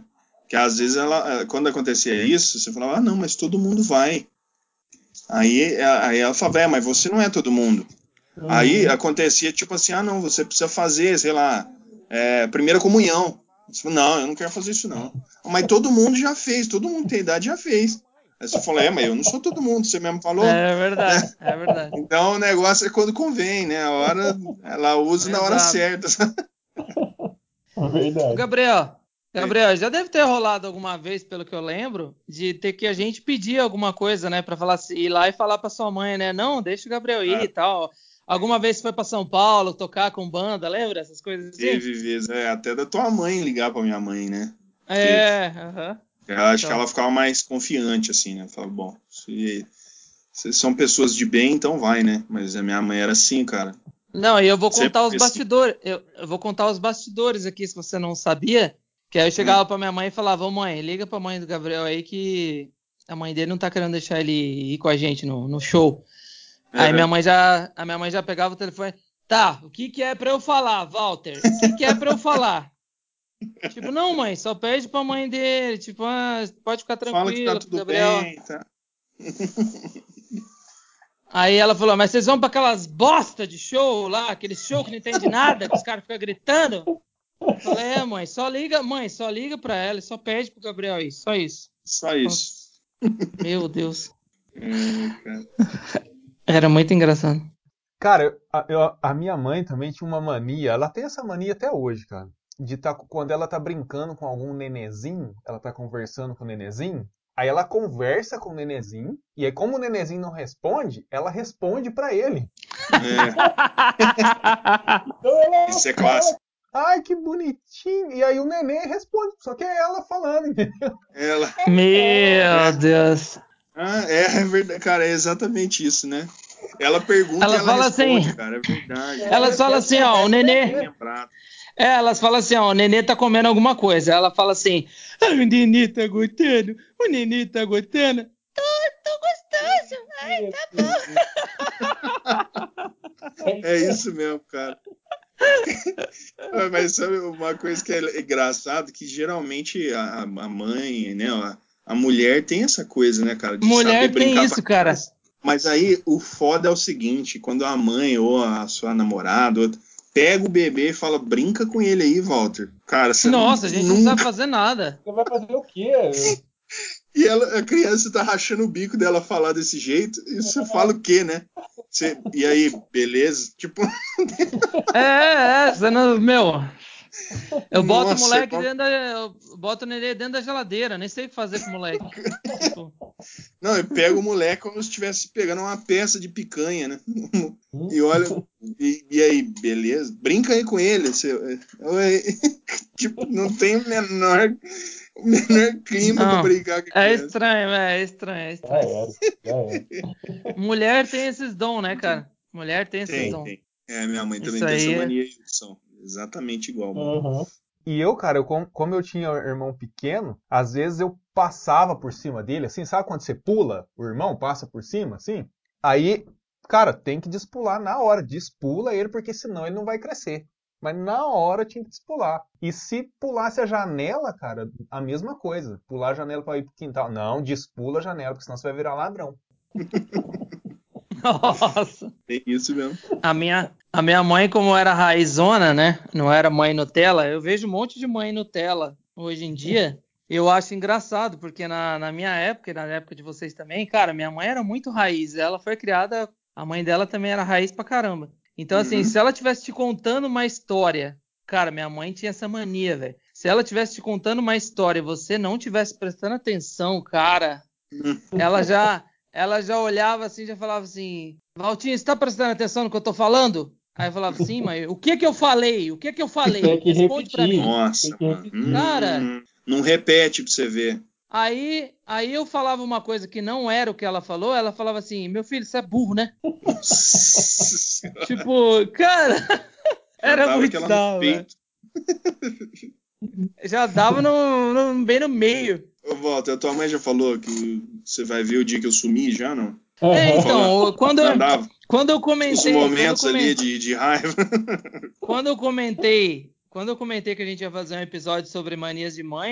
Que às vezes ela, quando acontecia isso, você falava, ah, não, mas todo mundo vai. Aí, aí ela falava, é, mas você não é todo mundo. Uhum. Aí acontecia tipo assim, ah, não, você precisa fazer, sei lá, é, primeira comunhão. Você falou, não, eu não quero fazer isso não. Mas todo mundo já fez, todo mundo tem idade já fez. Aí você falou, é, mas eu não sou todo mundo, você mesmo falou. É verdade, é verdade. Então o negócio é quando convém, né? A hora, ela usa na hora certa. É verdade. Gabriel, Gabriel, já deve ter rolado alguma vez, pelo que eu lembro, de ter que a gente pedir alguma coisa, né? Pra falar, ir lá e falar pra sua mãe, né? Não, deixa o Gabriel ir e tal. Alguma vez você foi pra São Paulo tocar com banda, lembra? Essas coisas assim? Teve vezes, é, até da tua mãe ligar pra minha mãe, né? É, aham. Uh-huh. Eu acho então. que ela ficava mais confiante, assim, né? Falava, bom, se, se são pessoas de bem, então vai, né? Mas a minha mãe era assim, cara. Não, e eu vou contar Sempre os bastidores. Assim. Eu, eu vou contar os bastidores aqui, se você não sabia. Que aí eu chegava hum. pra minha mãe e falava, ô mãe, liga pra mãe do Gabriel aí que a mãe dele não tá querendo deixar ele ir com a gente no, no show. É. Aí minha mãe já, a minha mãe já pegava o telefone. Tá, o que que é pra eu falar, Walter? O que que é pra eu falar? Tipo, não, mãe, só pede pra mãe dele. Tipo, ah, pode ficar tranquila. Fala que tá tudo Gabriel. bem, tá? Aí ela falou, mas vocês vão pra aquelas bosta de show lá, aquele show que não entende nada, que os caras ficam gritando? Eu falei, é, mãe, só liga, mãe, só liga pra ela e só pede pro Gabriel aí, só isso. Só isso. Meu Deus. Hum, cara. Era muito engraçado. Cara, a, eu, a minha mãe também tinha uma mania, ela tem essa mania até hoje, cara, de tá, quando ela tá brincando com algum nenezinho, ela tá conversando com o nenezinho, aí ela conversa com o nenezinho, e aí como o nenezinho não responde, ela responde pra ele. É. Isso é clássico. Ai, que bonitinho. E aí o neném responde, só que é ela falando, entendeu? Ela. Meu é. Deus. Ah, é, é verdade, cara, é exatamente isso, né? Ela pergunta ela e ela fala responde, assim, cara, é verdade. Elas falam assim, ó, o nenê... É, elas falam assim, ó, o nenê tá comendo alguma coisa. Ela fala assim, ah, o nenê tá gostando, o nenê tá gostando. Tô, tô gostoso, ai, tá bom. É isso mesmo, cara. Mas sabe uma coisa que é engraçado, que geralmente a, a mãe, né, a, a mulher tem essa coisa, né, cara, de mulher saber brincar. Tem isso, cara. Mas aí o foda é o seguinte, quando a mãe ou a sua namorada outra, pega o bebê e fala, brinca com ele aí, Walter. Cara, você Nossa, não, a gente nunca... não sabe fazer nada. Você vai fazer o quê? E ela, a criança tá rachando o bico dela falar desse jeito, e você fala o quê, né? Você, e aí, beleza? Tipo... É, é, você não, meu... Eu boto Nossa, o moleque qual... dentro da... Eu boto o nenê dentro da geladeira, nem sei o que fazer com o moleque. Tipo... Não, eu pego o moleque como se estivesse pegando uma peça de picanha, né? E olha, e, e aí, beleza? Brinca aí com ele. Você, tipo, não tem o menor, o menor clima não, pra brincar com a é criança. Estranho, é estranho, é estranho. Já era, já era. Mulher tem esses dons, né, cara? Mulher tem esses tem, dons. Tem. É, minha mãe também Isso tem aí... essa mania de edição. Exatamente igual. Uhum. E eu, cara, eu, como eu tinha um irmão pequeno, às vezes eu passava por cima dele, assim, sabe quando você pula, o irmão passa por cima, assim? Aí, cara, tem que despular na hora, despula ele, porque senão ele não vai crescer. Mas na hora tinha que despular. E se pulasse a janela, cara, a mesma coisa. Pular a janela pra ir pro quintal. Não, despula a janela, porque senão você vai virar ladrão. Nossa. É isso mesmo. A minha, a minha mãe, como era raizona, né? Não era mãe Nutella. Eu vejo um monte de mãe Nutella hoje em dia. Eu acho engraçado, porque na, na minha época, e na época de vocês também, cara, minha mãe era muito raiz. Ela foi criada... A mãe dela também era raiz pra caramba. Então, assim, uhum. se ela tivesse te contando uma história... Cara, minha mãe tinha essa mania, velho. Se ela tivesse te contando uma história e você não tivesse prestando atenção, cara... ela já... Ela já olhava assim, já falava assim, Valtinho, você tá prestando atenção no que eu tô falando? Aí eu falava, sim, mas o que que eu falei? O que que eu falei? Tem que Responde repetir. Pra mim. Nossa, mano. Hum, cara... Não repete pra você ver. Aí, aí eu falava uma coisa que não era o que ela falou, ela falava assim, meu filho, você é burro, né? Tipo, cara, era muito da hora. Já dava no, no, bem no meio. Ô, Walter, a tua mãe já falou que você vai ver o dia que eu sumi, já não? É, então, quando eu, quando eu comentei... Os momentos quando eu comentei, ali de, de raiva. Quando eu comentei... Quando eu comentei que a gente ia fazer um episódio sobre manias de mãe,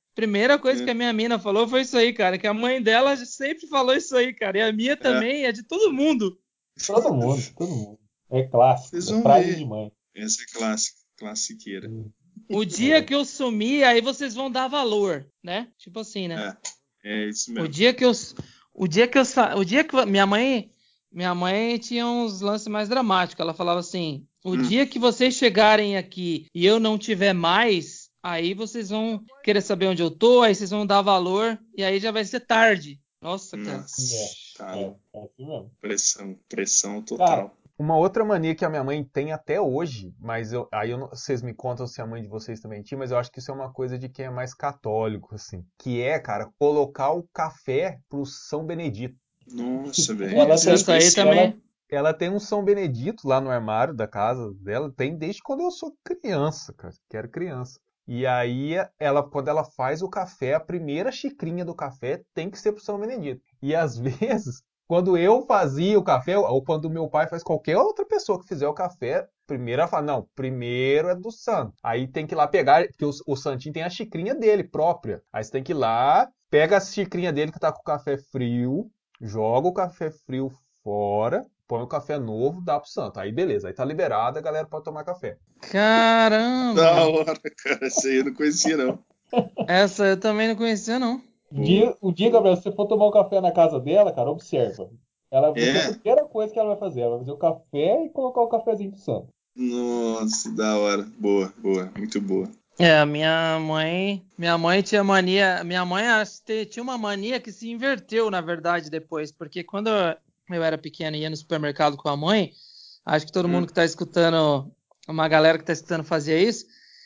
Primeira coisa É. que a minha mina falou foi isso aí, cara. Que a mãe dela sempre falou isso aí, cara. E a minha também, é de todo mundo. Todo mundo, todo mundo. É clássico, Vocês é vão frase ver. de mãe. Essa é clássica, classiqueira. O dia que eu sumir, aí vocês vão dar valor, né? Tipo assim, né? É, é isso O mesmo. dia que eu, o dia que eu, sa- o dia que minha mãe, minha mãe tinha uns lances mais dramáticos. Ela falava assim: o Hum. dia que vocês chegarem aqui e eu não tiver mais, aí vocês vão querer saber onde eu tô, aí vocês vão dar valor e aí já vai ser tarde. Nossa, cara. Nossa, É, tá é, louco. é assim mesmo. Pressão, pressão Cara, total. Uma outra mania que a minha mãe tem até hoje, mas eu- aí eu não- vocês me contam se a mãe de vocês também tinha, mas eu acho que isso é uma coisa de quem é mais católico, assim. Que é, cara, colocar o café pro São Benedito. Nossa, velho. ela Putz, Essa é tem, essa aí especial. ela, também. Ela tem um São Benedito lá no armário da casa dela, tem desde quando eu sou criança, cara, que era criança. E aí, ela, quando ela faz o café, a primeira xicrinha do café tem que ser pro São Benedito. E às vezes, quando eu fazia o café, ou quando meu pai faz qualquer outra pessoa que fizer o café, primeiro ela fala, não, primeiro é do santo. Aí tem que ir lá pegar, porque o, o santinho tem a xicrinha dele própria. Aí você tem que ir lá, pega a xicrinha dele que tá com o café frio, joga o café frio fora, põe o café novo, dá pro santo. Aí beleza, aí tá liberado, a galera pode tomar café. Da Caramba! hora, cara. Essa aí eu não conhecia, não. Essa eu também não conhecia, não. o dia, o dia, Gabriel, se você for tomar um café na casa dela, cara, observa. Ela vai ser a É? primeira coisa que ela vai fazer. Ela vai fazer o café e colocar o cafezinho pro santo. Nossa, da hora. Boa, boa. Muito boa. É, a minha mãe, minha mãe tinha mania, minha mãe acho que tinha uma mania que se inverteu, na verdade, depois, porque quando eu, eu era pequeno e ia no supermercado com a mãe, acho que todo Hum. mundo que tá escutando, uma galera que tá escutando fazia isso,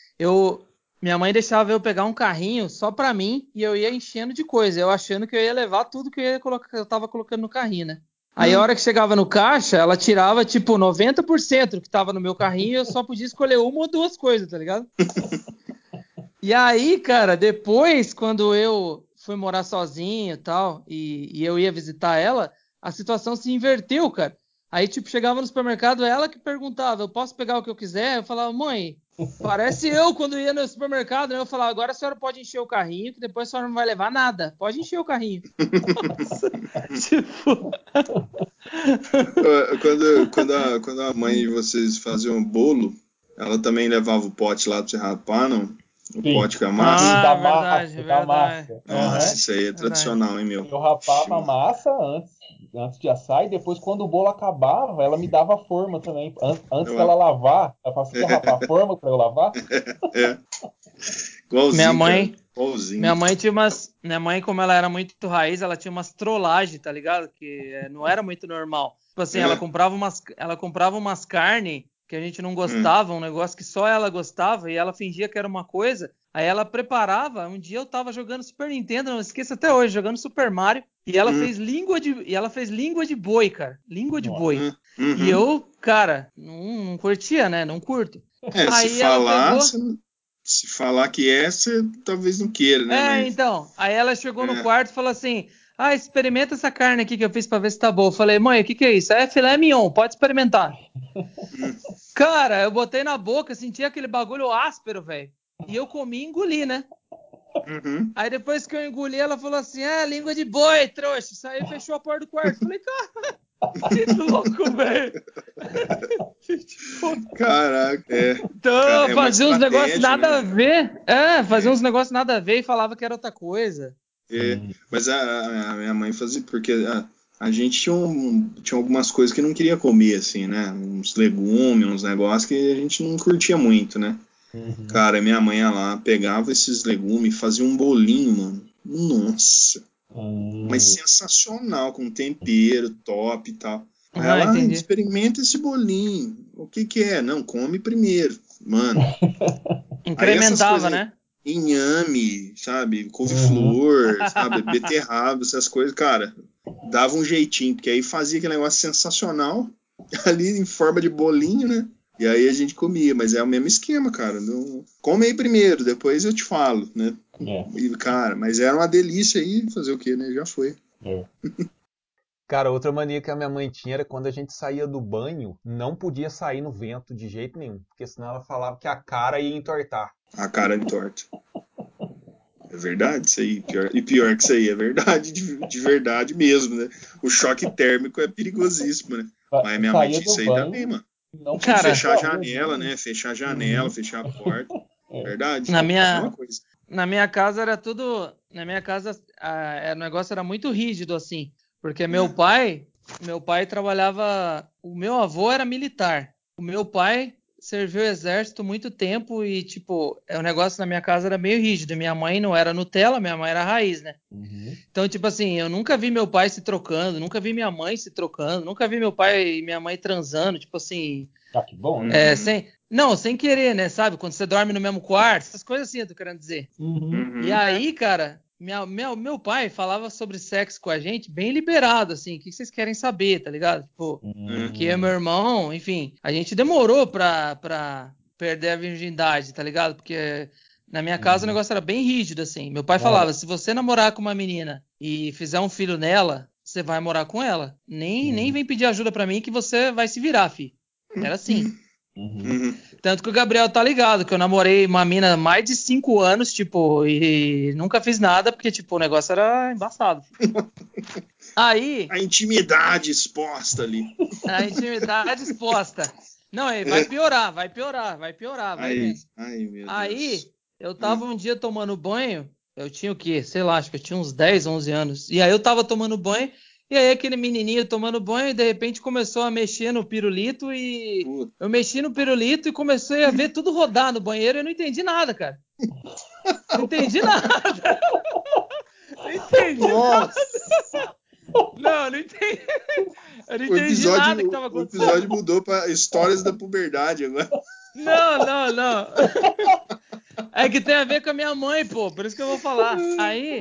eu, minha mãe deixava eu pegar um carrinho só pra mim e eu ia enchendo de coisa, eu achando que eu ia levar tudo que eu, ia colocar, eu tava colocando no carrinho, né? Aí a Hum. hora que chegava no caixa, ela tirava tipo noventa por cento do que tava no meu carrinho e eu só podia escolher uma ou duas coisas, tá ligado? E aí, cara, depois, quando eu fui morar sozinho e tal, e, e eu ia visitar ela, a situação se inverteu, cara. Aí, tipo, chegava no supermercado, ela que perguntava, eu posso pegar o que eu quiser? Eu falava, mãe, parece eu quando ia no supermercado, né? Eu falava, agora a senhora pode encher o carrinho, que depois a senhora não vai levar nada. Pode encher o carrinho. Nossa, tipo... Quando, quando, a, quando a mãe de vocês faziam um bolo, ela também levava o pote lá pra você rapar, não? O Sim. pote com a massa? Sim, Ah, da verdade, massa, da verdade. massa. Nossa, Aham. isso aí é Verdade. tradicional, hein, meu? Eu rapava a massa antes, antes de assar, e depois, quando o bolo acabava, ela me dava a forma também. An- Antes Eu- dela lavar, ela falava, você quer rapar a forma pra eu lavar? É. Igualzinho, Minha mãe, cara. Igualzinho. minha mãe tinha umas, minha mãe, como ela era muito raiz, ela tinha umas trollagens, tá ligado? Que eh, não era muito normal. Tipo assim, É. ela comprava umas, ela comprava umas carne que a gente não gostava, um negócio que só ela gostava e ela fingia que era uma coisa. Aí ela preparava. Um dia eu tava jogando Super Nintendo, não esqueço até hoje, jogando Super Mario, e ela Hum. fez língua de, e ela fez língua de boi, cara, língua de Nossa. boi. Hum, uhum. E eu, cara, não, não curtia, né? Não curto. É, se Aí ela falar, pegou. você não- se falar que é, você talvez não queira, né? É, Mas então. Aí ela chegou no É. quarto e falou assim: ah, experimenta essa carne aqui que eu fiz pra ver se tá boa. Eu falei, mãe, o que que é isso? É filé mignon, pode experimentar. Hum. Cara, eu botei na boca, senti aquele bagulho áspero, velho. E eu comi e engoli, né? Uhum. Aí depois que eu engoli, ela falou assim: ah, língua de boi, trouxa. Saiu e fechou a porta do quarto. Falei, cara, que louco, velho. Tipo, Caraca, é. então, Cara, é uma fazia uns negócios estratégia, nada a né? ver. É, fazia É. uns negócios nada a ver e falava que era outra coisa. É, Sim. mas a, a- a minha mãe fazia, porque a, a gente tinha, um- tinha algumas coisas que não queria comer, assim, né? Uns legumes, uns negócios que a gente não curtia muito, né? Uhum. Cara, minha mãe ia lá, pegava esses legumes, fazia um bolinho, mano. Nossa, Hum. mas sensacional, com tempero top e tal. Aí Ah, ela, ah, entendi. experimenta esse bolinho. O que que é? Não, come primeiro. Mano, aí essas Incrementava, coisas, né? inhame, sabe? Uhum. Couve-flor, sabe? Beterraba, essas coisas, cara, dava um jeitinho, porque aí fazia aquele negócio sensacional, ali em forma de bolinho, né? E aí a gente comia, mas é o mesmo esquema, cara. Não... Come aí primeiro, depois eu te falo, né? É, E, cara, mas era uma delícia aí, fazer o quê, né? Já foi. é. Cara, outra mania que a minha mãe tinha era quando a gente saía do banho, não podia sair no vento de jeito nenhum, porque senão ela falava que a cara ia entortar. A cara entorta. É verdade isso aí. Pior, e pior que isso aí, é verdade, de, de verdade mesmo, né? O choque térmico é perigosíssimo, né? Mas minha mãe Saía tinha do isso aí banho, também, mano. não Tinha que Cara, fechar a podia janela, correr, né? Fechar a janela, Uhum. fechar a porta. É. Verdade. na É a minha, mesma coisa. na minha casa era tudo. Na minha casa a, a- o negócio era muito rígido, assim. Porque meu É. pai, meu pai trabalhava. O meu avô era militar. O meu pai serviu o exército muito tempo e, tipo, é, o negócio na minha casa era meio rígido. Minha mãe não era Nutella, minha mãe era raiz, né? Uhum. Então, tipo assim, eu nunca vi meu pai se trocando, nunca vi minha mãe se trocando, nunca vi meu pai e minha mãe transando, tipo assim, Ah, que bom, né? é, Uhum. sem, não, sem querer, né, sabe? Quando você dorme no mesmo quarto, essas coisas assim, eu tô querendo dizer. Uhum. E Uhum. aí, cara, minha, meu, meu pai falava sobre sexo com a gente bem liberado, assim, o que vocês querem saber, tá ligado? Tipo, porque Uhum. meu irmão, enfim, a gente demorou pra, pra perder a virgindade, tá ligado? Porque na minha casa o Uhum. negócio era bem rígido, assim. Meu pai Não, falava, se você namorar com uma menina e fizer um filho nela, você vai morar com ela. Nem, nem Uhum. vem pedir ajuda pra mim que você vai se virar, fi. Era assim. Uhum. Uhum. Tanto que o Gabriel tá ligado, que eu namorei uma mina há mais de cinco anos, tipo, e nunca fiz nada, porque, tipo, o negócio era embaçado. Aí, A intimidade exposta ali. a intimidade exposta. Não, aí vai piorar, vai piorar, vai piorar, vai Ai, vendo. ai, meu Aí, Deus. eu Ah. tava um dia tomando banho, eu tinha o quê? Sei lá, acho que eu tinha uns dez, onze anos. E aí eu tava tomando banho, e aí aquele menininho tomando banho, e de repente começou a mexer no pirulito, e Puta. eu mexi no pirulito e comecei a ver tudo rodar no banheiro, e eu não entendi nada, cara. Não entendi nada. Não entendi nada. Nossa! Não, não entendi. Eu não O entendi nada que episódio, tava o episódio acontecendo. mudou para histórias da puberdade agora. Não, não, não. É que tem a ver com a minha mãe, pô. Por isso que eu vou falar. Aí,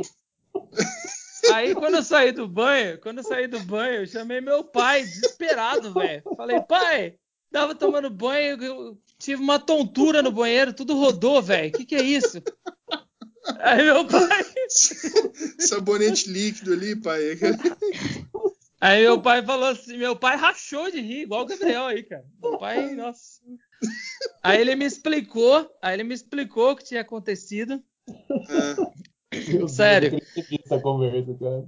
aí quando eu saí do banho, quando eu saí do banho, eu chamei meu pai, desesperado, velho. Falei, pai, tava tomando banho, eu tive uma tontura no banheiro, tudo rodou, velho. Que que é isso? Aí meu pai, Sabonete líquido ali, pai. aí meu pai falou assim, meu pai rachou de rir, igual o Gabriel aí, cara. Meu pai, nossa. Aí ele me explicou, aí ele me explicou o que tinha acontecido. Ah, Meu Deus, eu Sério. queria seguir essa conversa, cara.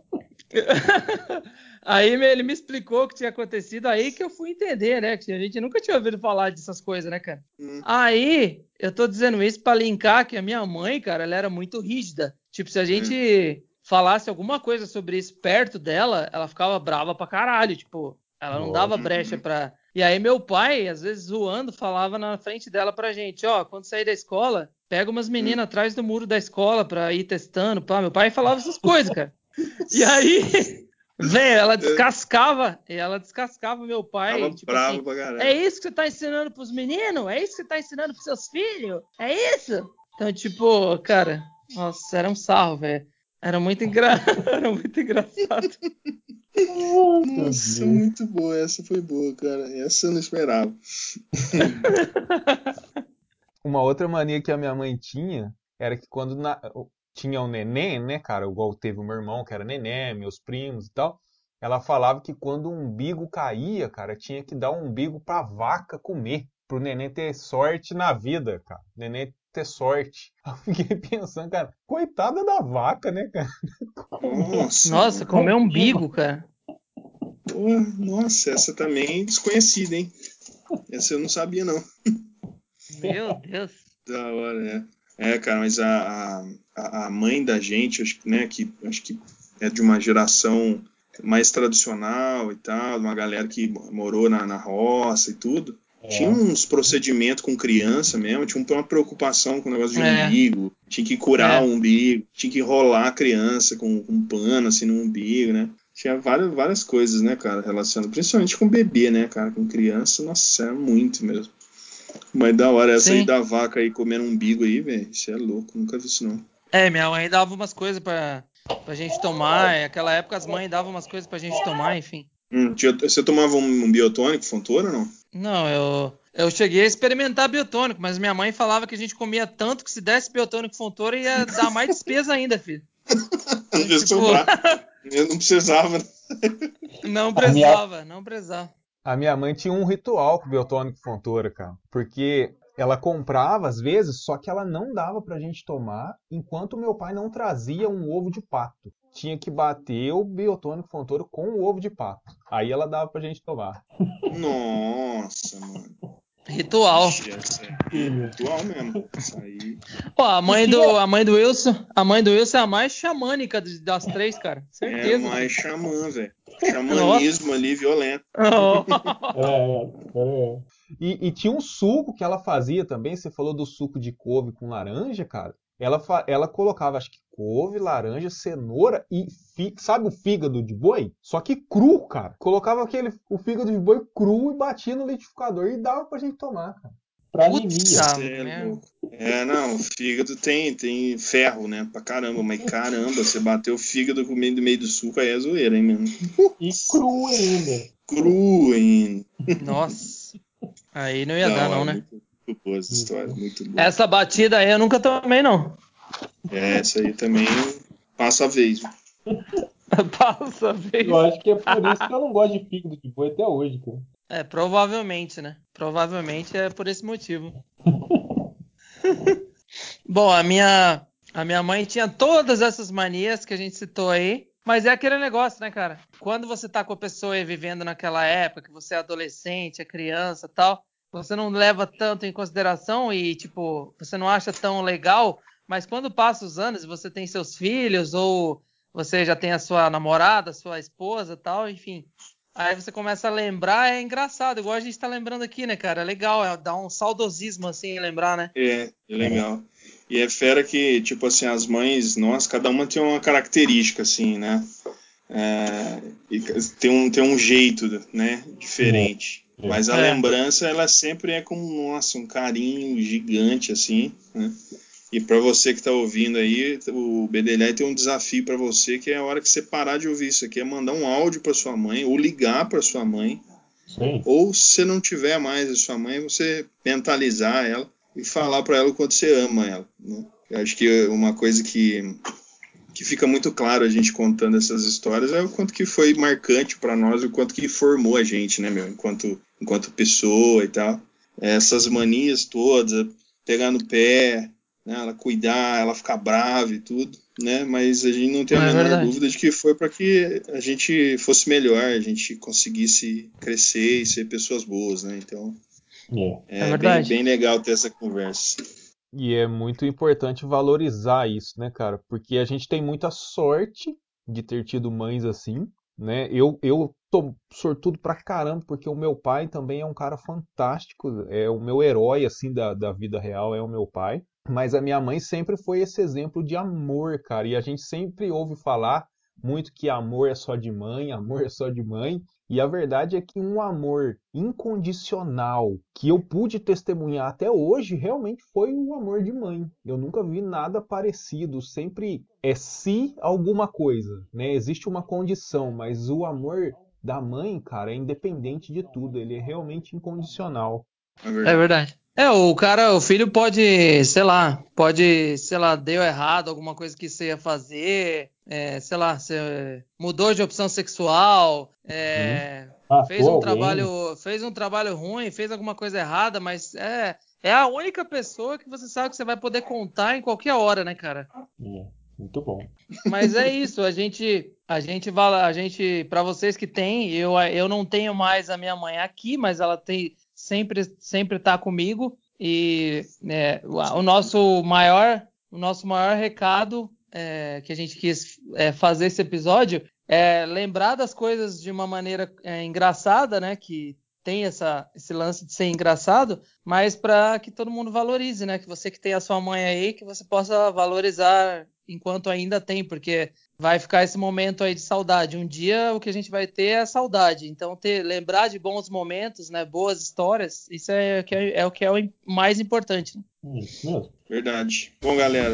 Aí ele me explicou o que tinha acontecido, aí que eu fui entender, né? Que a gente nunca tinha ouvido falar dessas coisas, né, cara? hum, Aí eu tô dizendo isso pra linkar que a minha mãe, cara, ela era muito rígida. Tipo, se a é. gente falasse alguma coisa sobre isso perto dela, ela ficava brava pra caralho. Tipo, ela não dava Lógico. brecha Uhum. pra. E aí meu pai, às vezes zoando, falava na frente dela pra gente: ó, quando sair da escola, pega umas meninas atrás do muro da escola pra ir testando. Pá. Meu pai falava essas coisas, cara. E aí, velho, ela É, descascava, e ela descascava meu pai, tava tipo bravo assim, pra é caralho. isso que você tá ensinando pros meninos? É isso que você tá ensinando pros seus filhos? É isso? Então, tipo, cara, nossa, era um sarro, velho. Era muito engra... era muito engraçado. Ai, meu Nossa, Deus. muito boa. Essa foi boa, cara. Essa eu não esperava. Uma outra mania que a minha mãe tinha era que quando na- tinha um neném, né, cara, igual teve o meu irmão, que era neném, meus primos e tal, ela falava que quando o umbigo caía, cara, tinha que dar o umbigo pra vaca comer, pro neném ter sorte na vida, cara. O neném ter sorte. Eu fiquei pensando, cara, coitada da vaca, né, cara? Nossa, Nossa, mano. comeu Umbigo. umbigo, cara. Pô, nossa, essa também é desconhecida, hein? Essa eu não sabia, não. Meu Deus. Da hora, né? É, cara, mas a, a, a mãe da gente, acho que, né, que acho que é de uma geração mais tradicional e tal, uma galera que morou na, na roça e tudo, tinha É. uns procedimentos com criança mesmo, tinha uma preocupação com o negócio de É, umbigo, tinha que curar é. o umbigo, tinha que enrolar a criança com, com um pano assim no umbigo, né? Tinha várias, várias coisas, né, cara, relacionadas, principalmente com bebê, né, cara, com criança, nossa, é muito mesmo. Mas da hora, essa aí Sim. da vaca aí comendo umbigo aí, velho. Isso é louco, nunca vi isso não. É, minha mãe dava umas coisas pra, pra gente tomar. e Naquela época as mães davam umas coisas pra gente tomar, enfim. Hum, tinha- você tomava um, um biotônico, Fontoura ou não? Não, eu, eu cheguei a experimentar biotônico, mas minha mãe falava que a gente comia tanto que se desse biotônico Fontoura ia dar mais despesa ainda, filho. Então, Ia tipo, sobrar. Eu não precisava. não A minha, precisava, não precisava. A minha mãe tinha um ritual com o biotônico Fontoura, cara. Porque Ela comprava às vezes, só que ela não dava pra gente tomar enquanto meu pai não trazia um ovo de pato. Tinha que bater o biotônico Fontoura com o ovo de pato. Aí ela dava pra gente tomar. Nossa, mano. Ritual. Ixi, essa aí é ritual mesmo. Isso aí. Pô, a mãe do, a mãe do Wilson, a mãe do Wilson é a mais xamânica das três, cara. É Certeza. mais xamã, velho. Xamanismo ali violento. É, é. E, e tinha um suco que ela fazia também. Você falou do suco de couve com laranja, cara. Ela, fa- ela colocava, acho que couve, laranja, cenoura e fi- sabe o fígado de boi? Só que cru, cara. Colocava aquele, o fígado de boi cru e batia no liquidificador e dava pra gente tomar, cara. Pra Puta anemia. É merda. louco. É, não, o fígado tem, tem ferro, né? Pra caramba, mas caramba, você bateu o fígado com o meio do meio do suco, aí é zoeira, hein, mano? E cru ainda. Cru ainda. Nossa. Aí não ia Da dar, hora, não, né? muito, muito boa essa história, muito boa. Essa batida aí eu nunca tomei, não. É, essa aí também passa a vez. Passa a vez. Eu acho que é por isso que eu não gosto de fígado de boi até hoje, cara. É, provavelmente, né? Provavelmente é por esse motivo. Bom, a minha, a minha mãe tinha todas essas manias que a gente citou aí, mas é aquele negócio, né, cara? Quando você tá com a pessoa aí vivendo naquela época, que você é adolescente, é criança e tal, você não leva tanto em consideração e, tipo, você não acha tão legal, mas quando passa os anos e você tem seus filhos ou você já tem a sua namorada, sua esposa e tal, enfim... Aí você começa a lembrar, é engraçado, igual a gente tá lembrando aqui, né, cara? É legal, é, dá um saudosismo assim em lembrar, né? É, é legal. E é fera que, tipo assim, as mães, nós, cada uma tem uma característica, assim, né? É, e tem, um, tem um jeito, né, diferente. É. Mas a É. lembrança, ela sempre é com, nossa, um carinho gigante, assim, né? E para você que tá ouvindo aí, o B D L I tem um desafio para você, que é a hora que você parar de ouvir isso aqui, é mandar um áudio para sua mãe, ou ligar para sua mãe, Sim. ou se você não tiver mais a sua mãe, você mentalizar ela e falar para ela o quanto você ama ela, né? Eu acho que uma coisa que, que fica muito claro a gente contando essas histórias é o quanto que foi marcante para nós, o quanto que formou a gente, né, meu, enquanto, enquanto pessoa e tal. Essas manias todas, pegar no pé, né, ela cuidar, ela ficar brava e tudo, né? Mas a gente não tem a É menor verdade. dúvida de que foi para que a gente fosse melhor, a gente conseguisse crescer e ser pessoas boas, né? Então É. é, É bem, verdade. bem legal ter essa conversa. E é muito importante valorizar isso, né, cara? Porque a gente tem muita sorte de ter tido mães assim, né? Eu, eu tô sortudo pra caramba, porque o meu pai também é um cara fantástico, é o meu herói, assim, da, da vida real, é o meu pai. Mas a minha mãe sempre foi esse exemplo de amor, cara. E a gente sempre ouve falar muito que amor é só de mãe, amor é só de mãe. E a verdade é que um amor incondicional que eu pude testemunhar até hoje realmente foi o amor de mãe. Eu nunca vi nada parecido. Sempre é se alguma coisa, né? Existe uma condição, mas o amor da mãe, cara, é independente de tudo. Ele é realmente incondicional. É É verdade. verdade. É, o cara, o filho pode, sei lá, pode, sei lá, deu errado alguma coisa que você ia fazer, é, sei lá, você mudou de opção sexual, é, fez Matou um alguém. trabalho, fez um trabalho ruim, fez alguma coisa errada, mas é, é a única pessoa que você sabe que você vai poder contar em qualquer hora, né, cara? É, muito bom. Mas é isso, a gente, a gente, vala- a gente, para vocês que têm, eu, eu não tenho mais a minha mãe aqui, mas ela tem sempre, sempre tá comigo e né, o, o nosso maior, o nosso maior recado é, que a gente quis é, fazer esse episódio é lembrar das coisas de uma maneira é, engraçada, né? Que tem essa, esse lance de ser engraçado, mas para que todo mundo valorize, né? Que você que tem a sua mãe aí, que você possa valorizar enquanto ainda tem, porque vai ficar esse momento aí de saudade. Um dia o que a gente vai ter é a saudade. Então, ter, lembrar de bons momentos, né? Boas histórias, isso é, é, é o que é o mais importante. Né? Isso mesmo. Verdade. Bom, galera,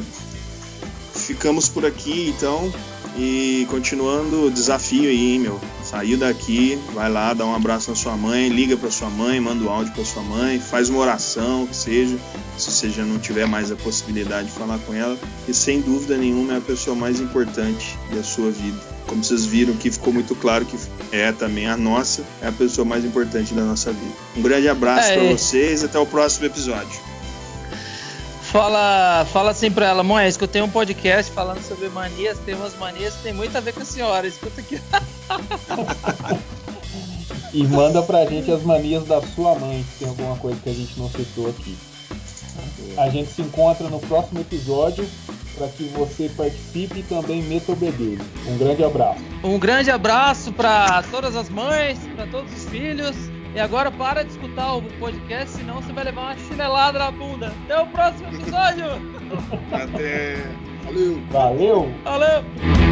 ficamos por aqui, então. E continuando o desafio aí, hein, meu. Saiu daqui, vai lá, dá um abraço na sua mãe, liga pra sua mãe, manda um áudio pra sua mãe, faz uma oração, que seja, se você já não tiver mais a possibilidade de falar com ela. E sem dúvida nenhuma é a pessoa mais importante da sua vida. Como vocês viram que ficou muito claro que é também a nossa, é a pessoa mais importante da nossa vida. Um grande abraço É, pra é. vocês, até o próximo episódio. Fala, fala assim pra ela, mãe, escutei um podcast falando sobre manias, tem umas manias que tem muito a ver com a senhora, escuta aqui. E manda pra gente as manias da sua mãe, se tem alguma coisa que a gente não citou aqui. A gente se encontra no próximo episódio para que você participe e também meta o bedelho. Um grande abraço. Um grande abraço para todas as mães, para todos os filhos. E agora para de escutar o podcast, senão você vai levar uma chinelada na bunda. Até o próximo episódio. Até. Valeu. Valeu. Valeu.